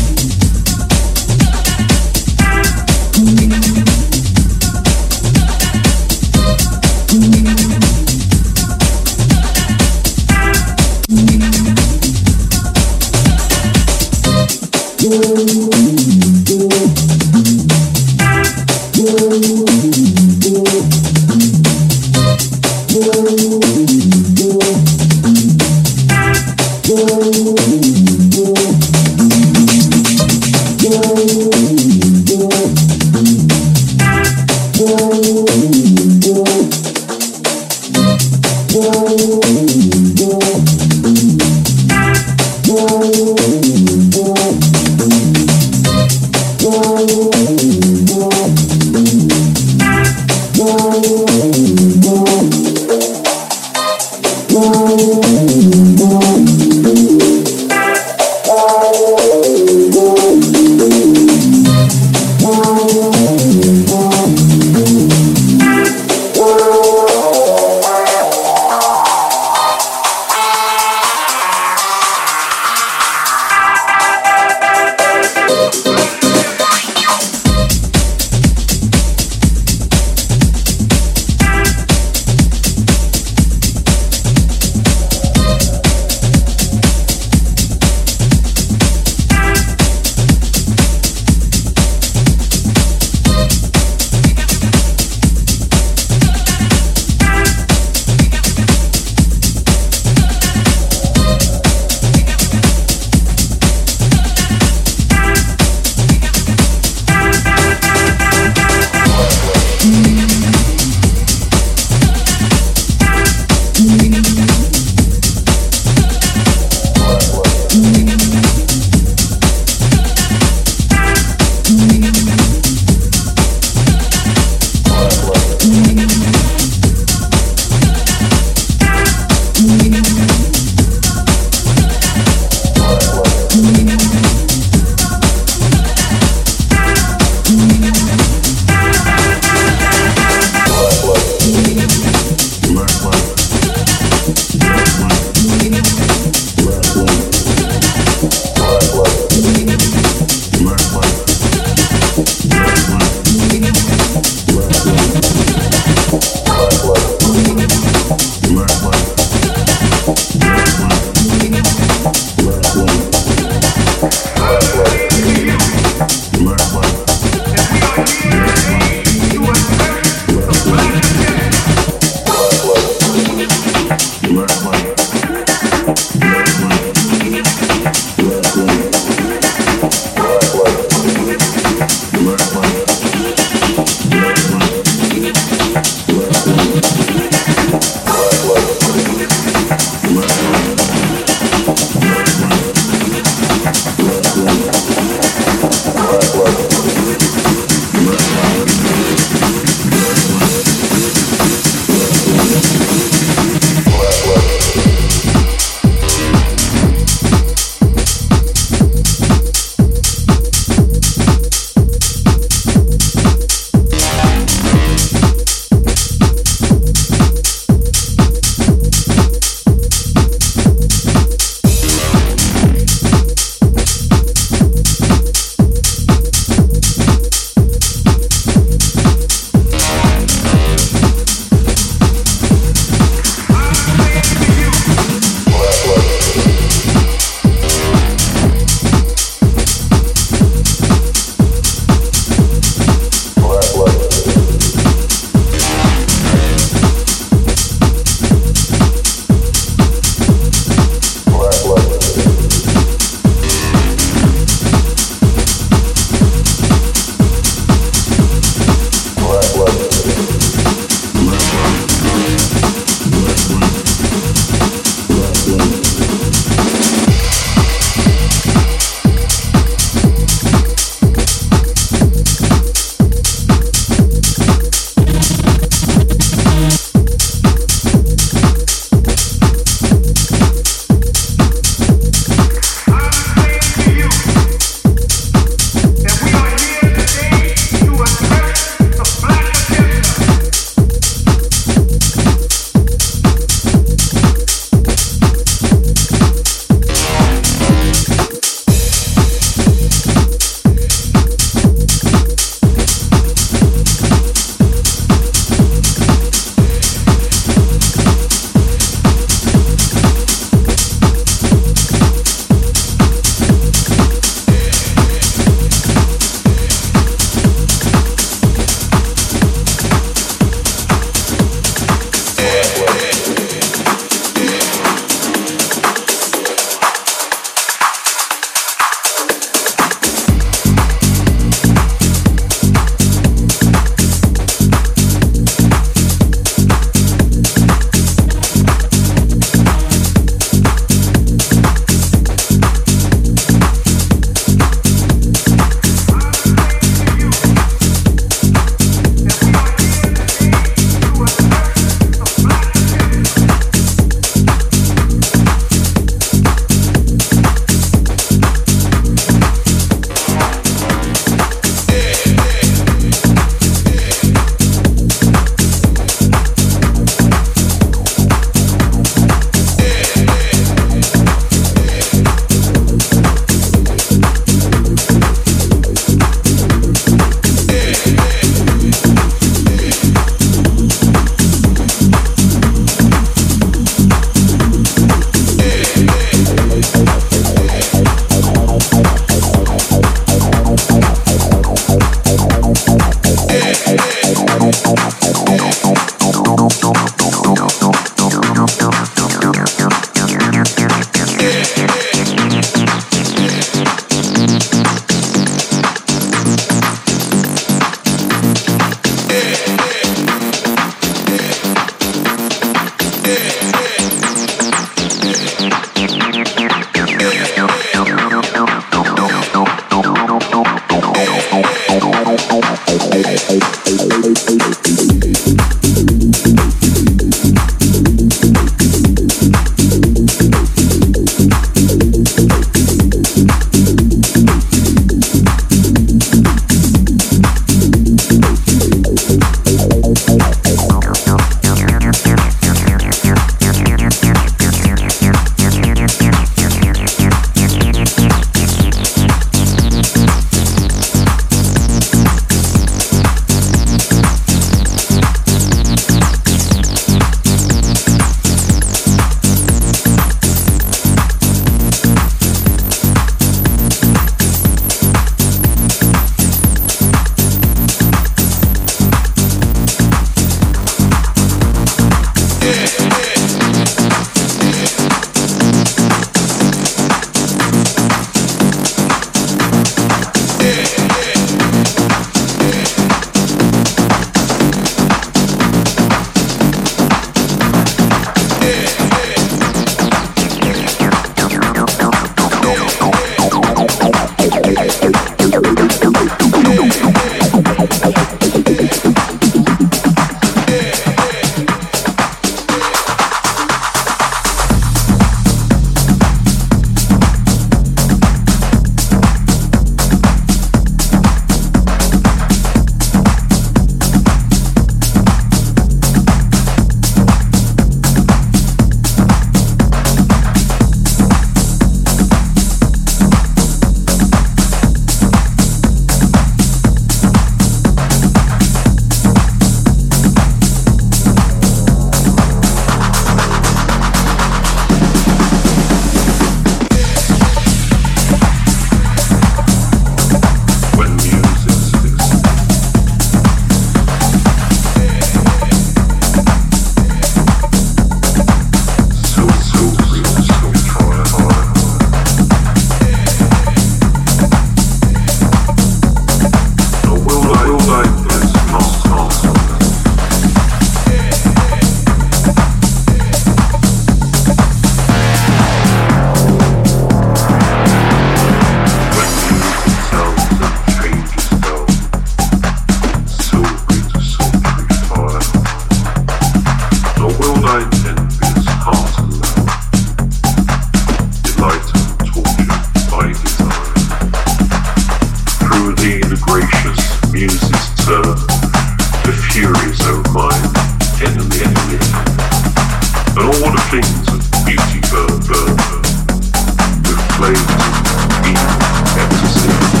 Speaker 9: things of beauty, the, the, the flames of being ecstasy.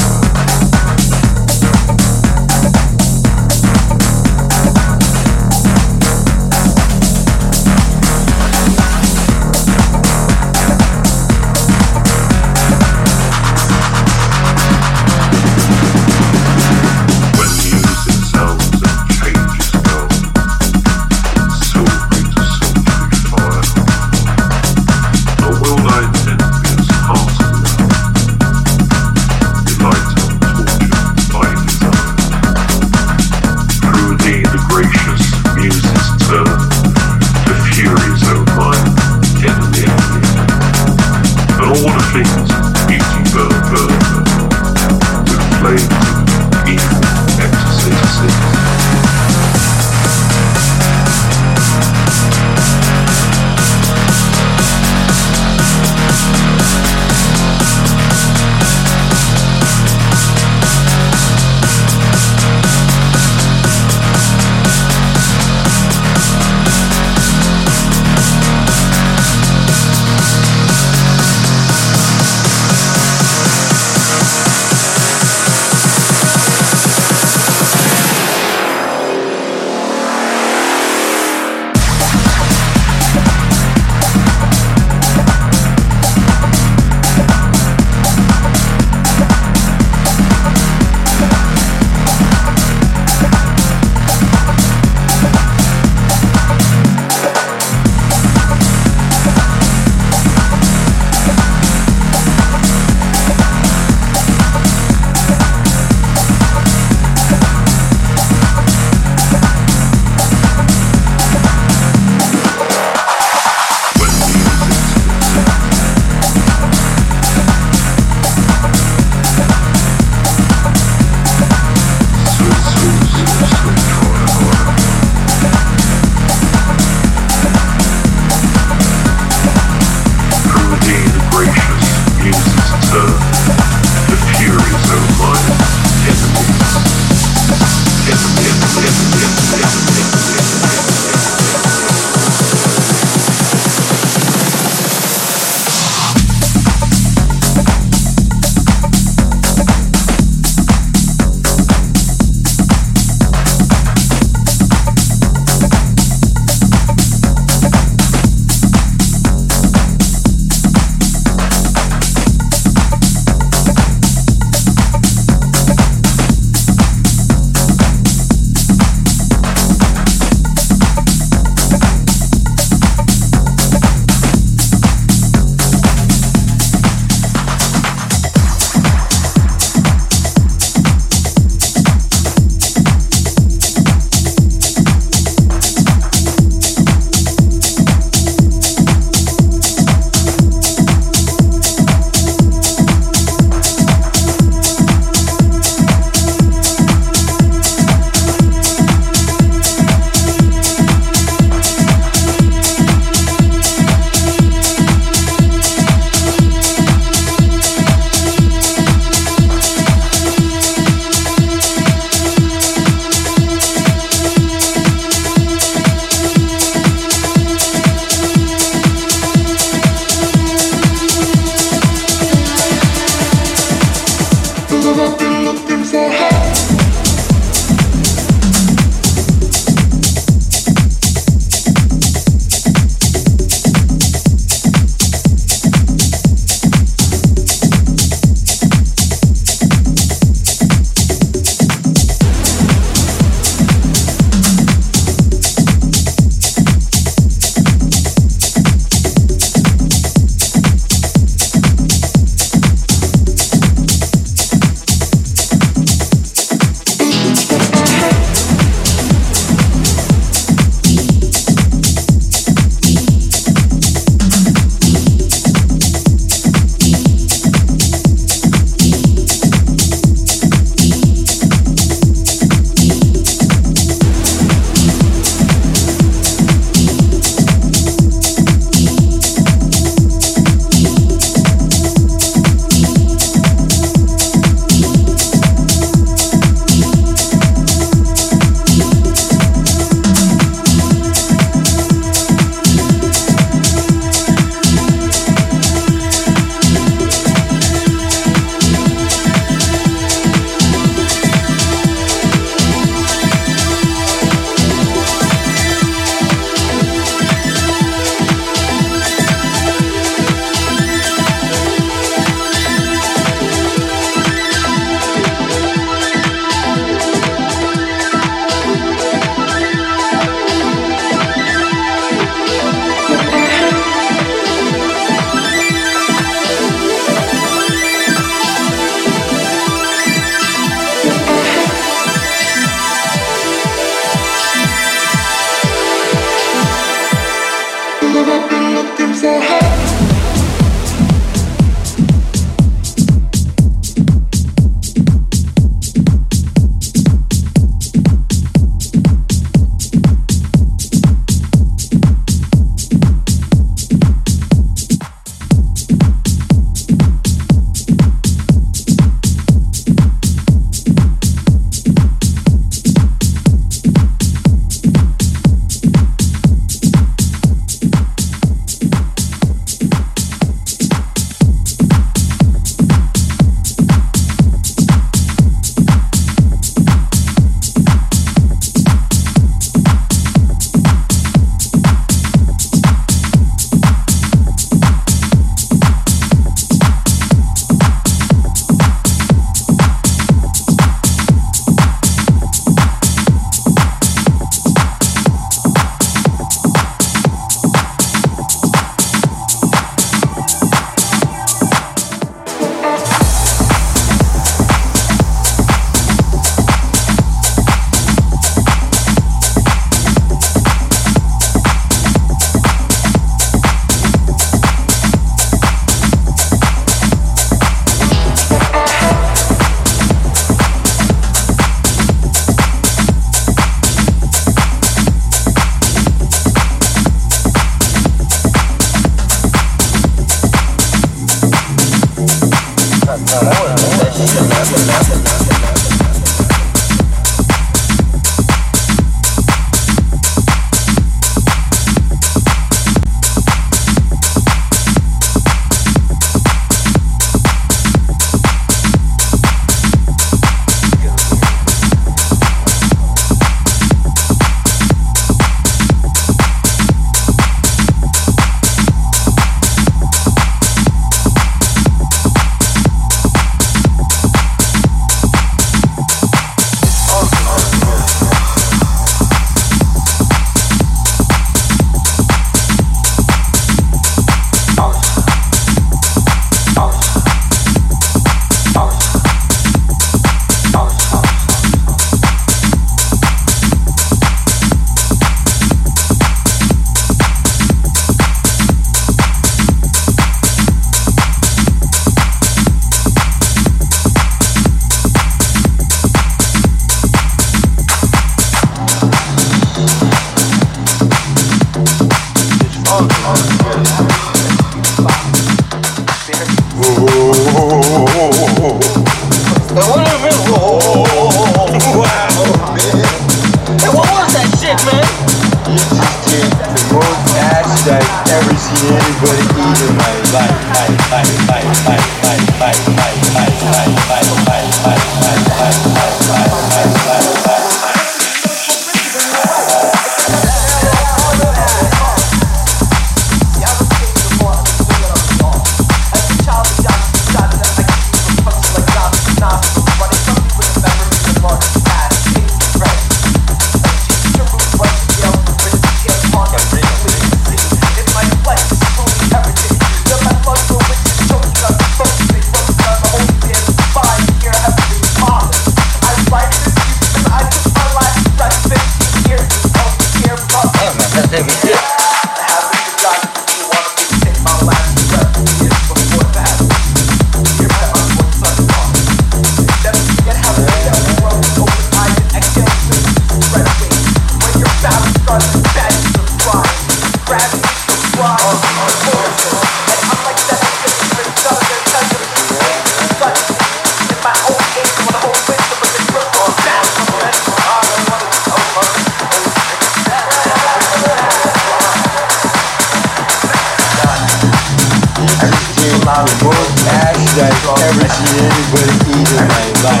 Speaker 15: never seen anybody eat in my life.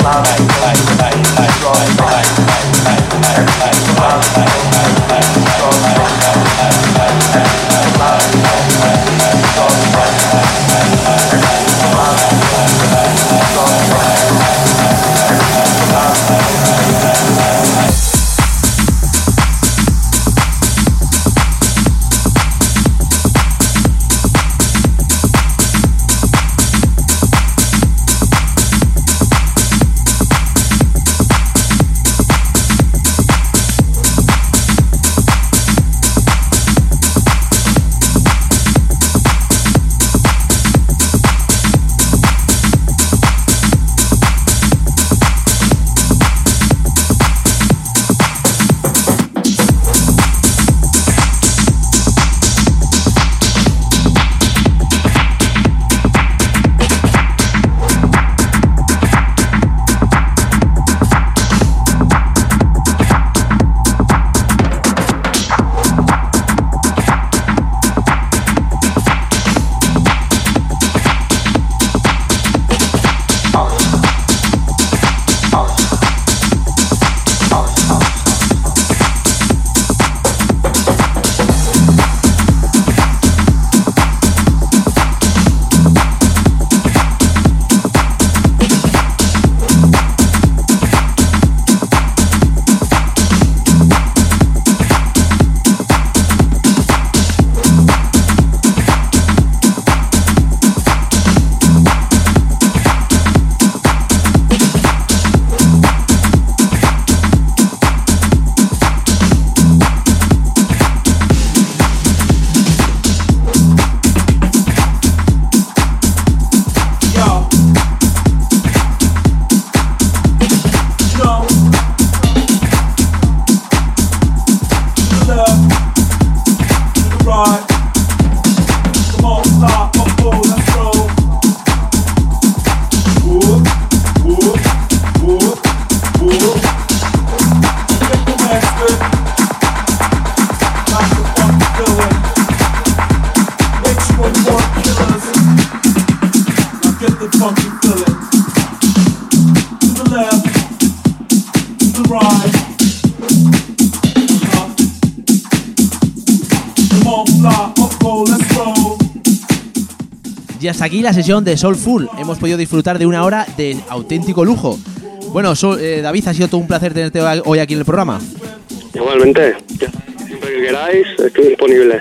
Speaker 8: Y hasta aquí la sesión de Soulful. Hemos podido disfrutar de una hora de auténtico lujo. Bueno, Sol, eh, David, ha sido todo un placer tenerte hoy aquí en el programa.
Speaker 14: Igualmente, siempre que queráis, estoy disponible.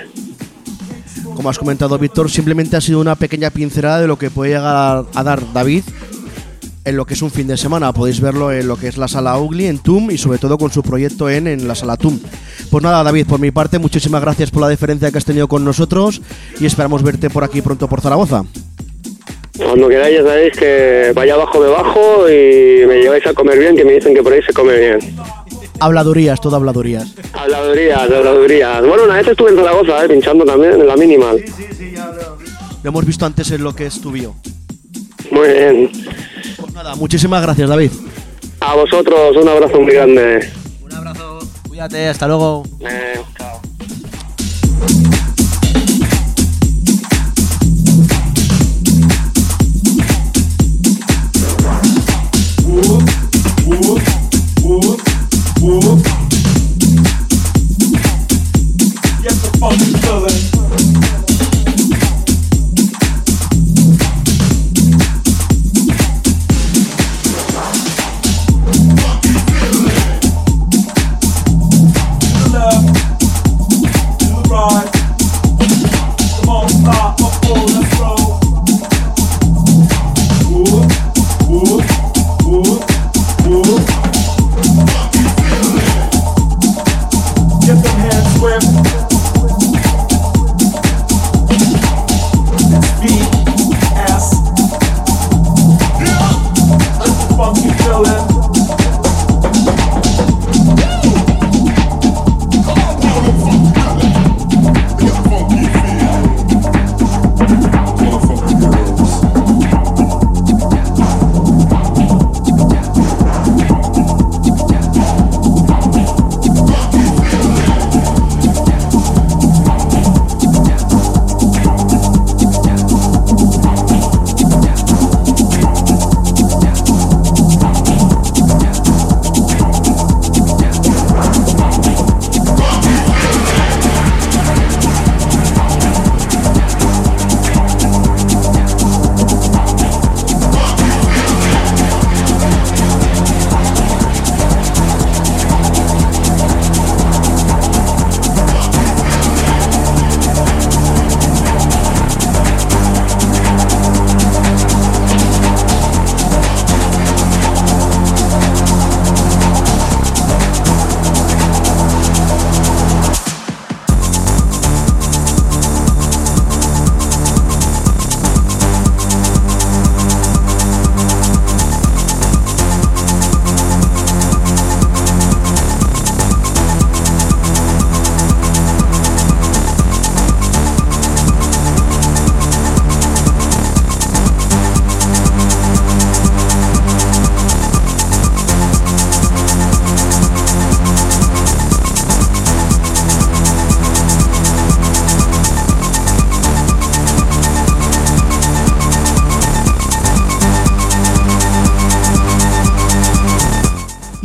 Speaker 5: Como has comentado, Víctor, simplemente ha sido una pequeña pincelada de lo que puede llegar a dar David en lo que es un fin de semana. Podéis verlo en lo que es la Sala Ugly, en T U M, y sobre todo con su proyecto en, en la Sala T U M. Pues nada, David, por mi parte, muchísimas gracias por la deferencia que has tenido con nosotros y esperamos verte por aquí pronto por Zaragoza.
Speaker 14: Cuando queráis, ya sabéis que vaya abajo me bajo y me lleváis a comer bien, que me dicen que por ahí se come bien.
Speaker 5: Habladurías, todo habladurías.
Speaker 14: Habladurías, habladurías. Bueno, una vez estuve en Zaragoza, eh, pinchando también en la Minimal.
Speaker 5: Lo hemos visto antes en lo que es tu bio.
Speaker 14: Muy bien.
Speaker 5: Pues nada, muchísimas gracias, David.
Speaker 14: A vosotros, un abrazo muy grande.
Speaker 8: Un abrazo, cuídate, hasta luego.
Speaker 14: Eh, chao.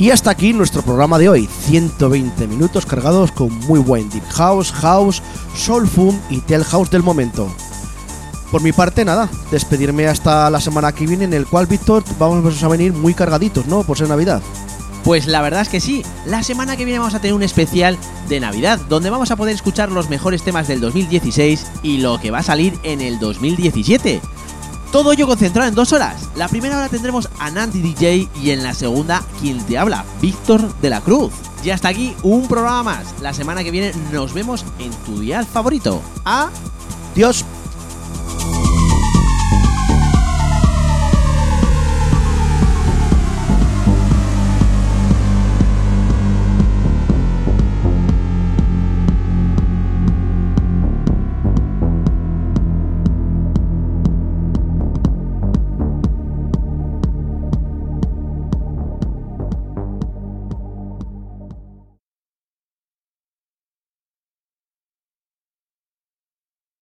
Speaker 5: Y hasta aquí nuestro programa de hoy, ciento veinte minutos cargados con muy buen Deep House, House, Soulful y Tech House del momento. Por mi parte, nada, despedirme hasta la semana que viene, en el cual, Víctor, vamos a venir muy cargaditos, ¿no? Por ser Navidad.
Speaker 8: Pues la verdad es que sí, la semana que viene vamos a tener un especial de Navidad, donde vamos a poder escuchar los mejores temas del dos mil dieciséis y lo que va a salir en el dos mil diecisiete. Todo ello concentrado en dos horas. La primera hora tendremos a Nandy D J y en la segunda, quien te habla, Víctor de la Cruz. Y hasta aquí un programa más. La semana que viene nos vemos en tu dial favorito. ¡Adiós!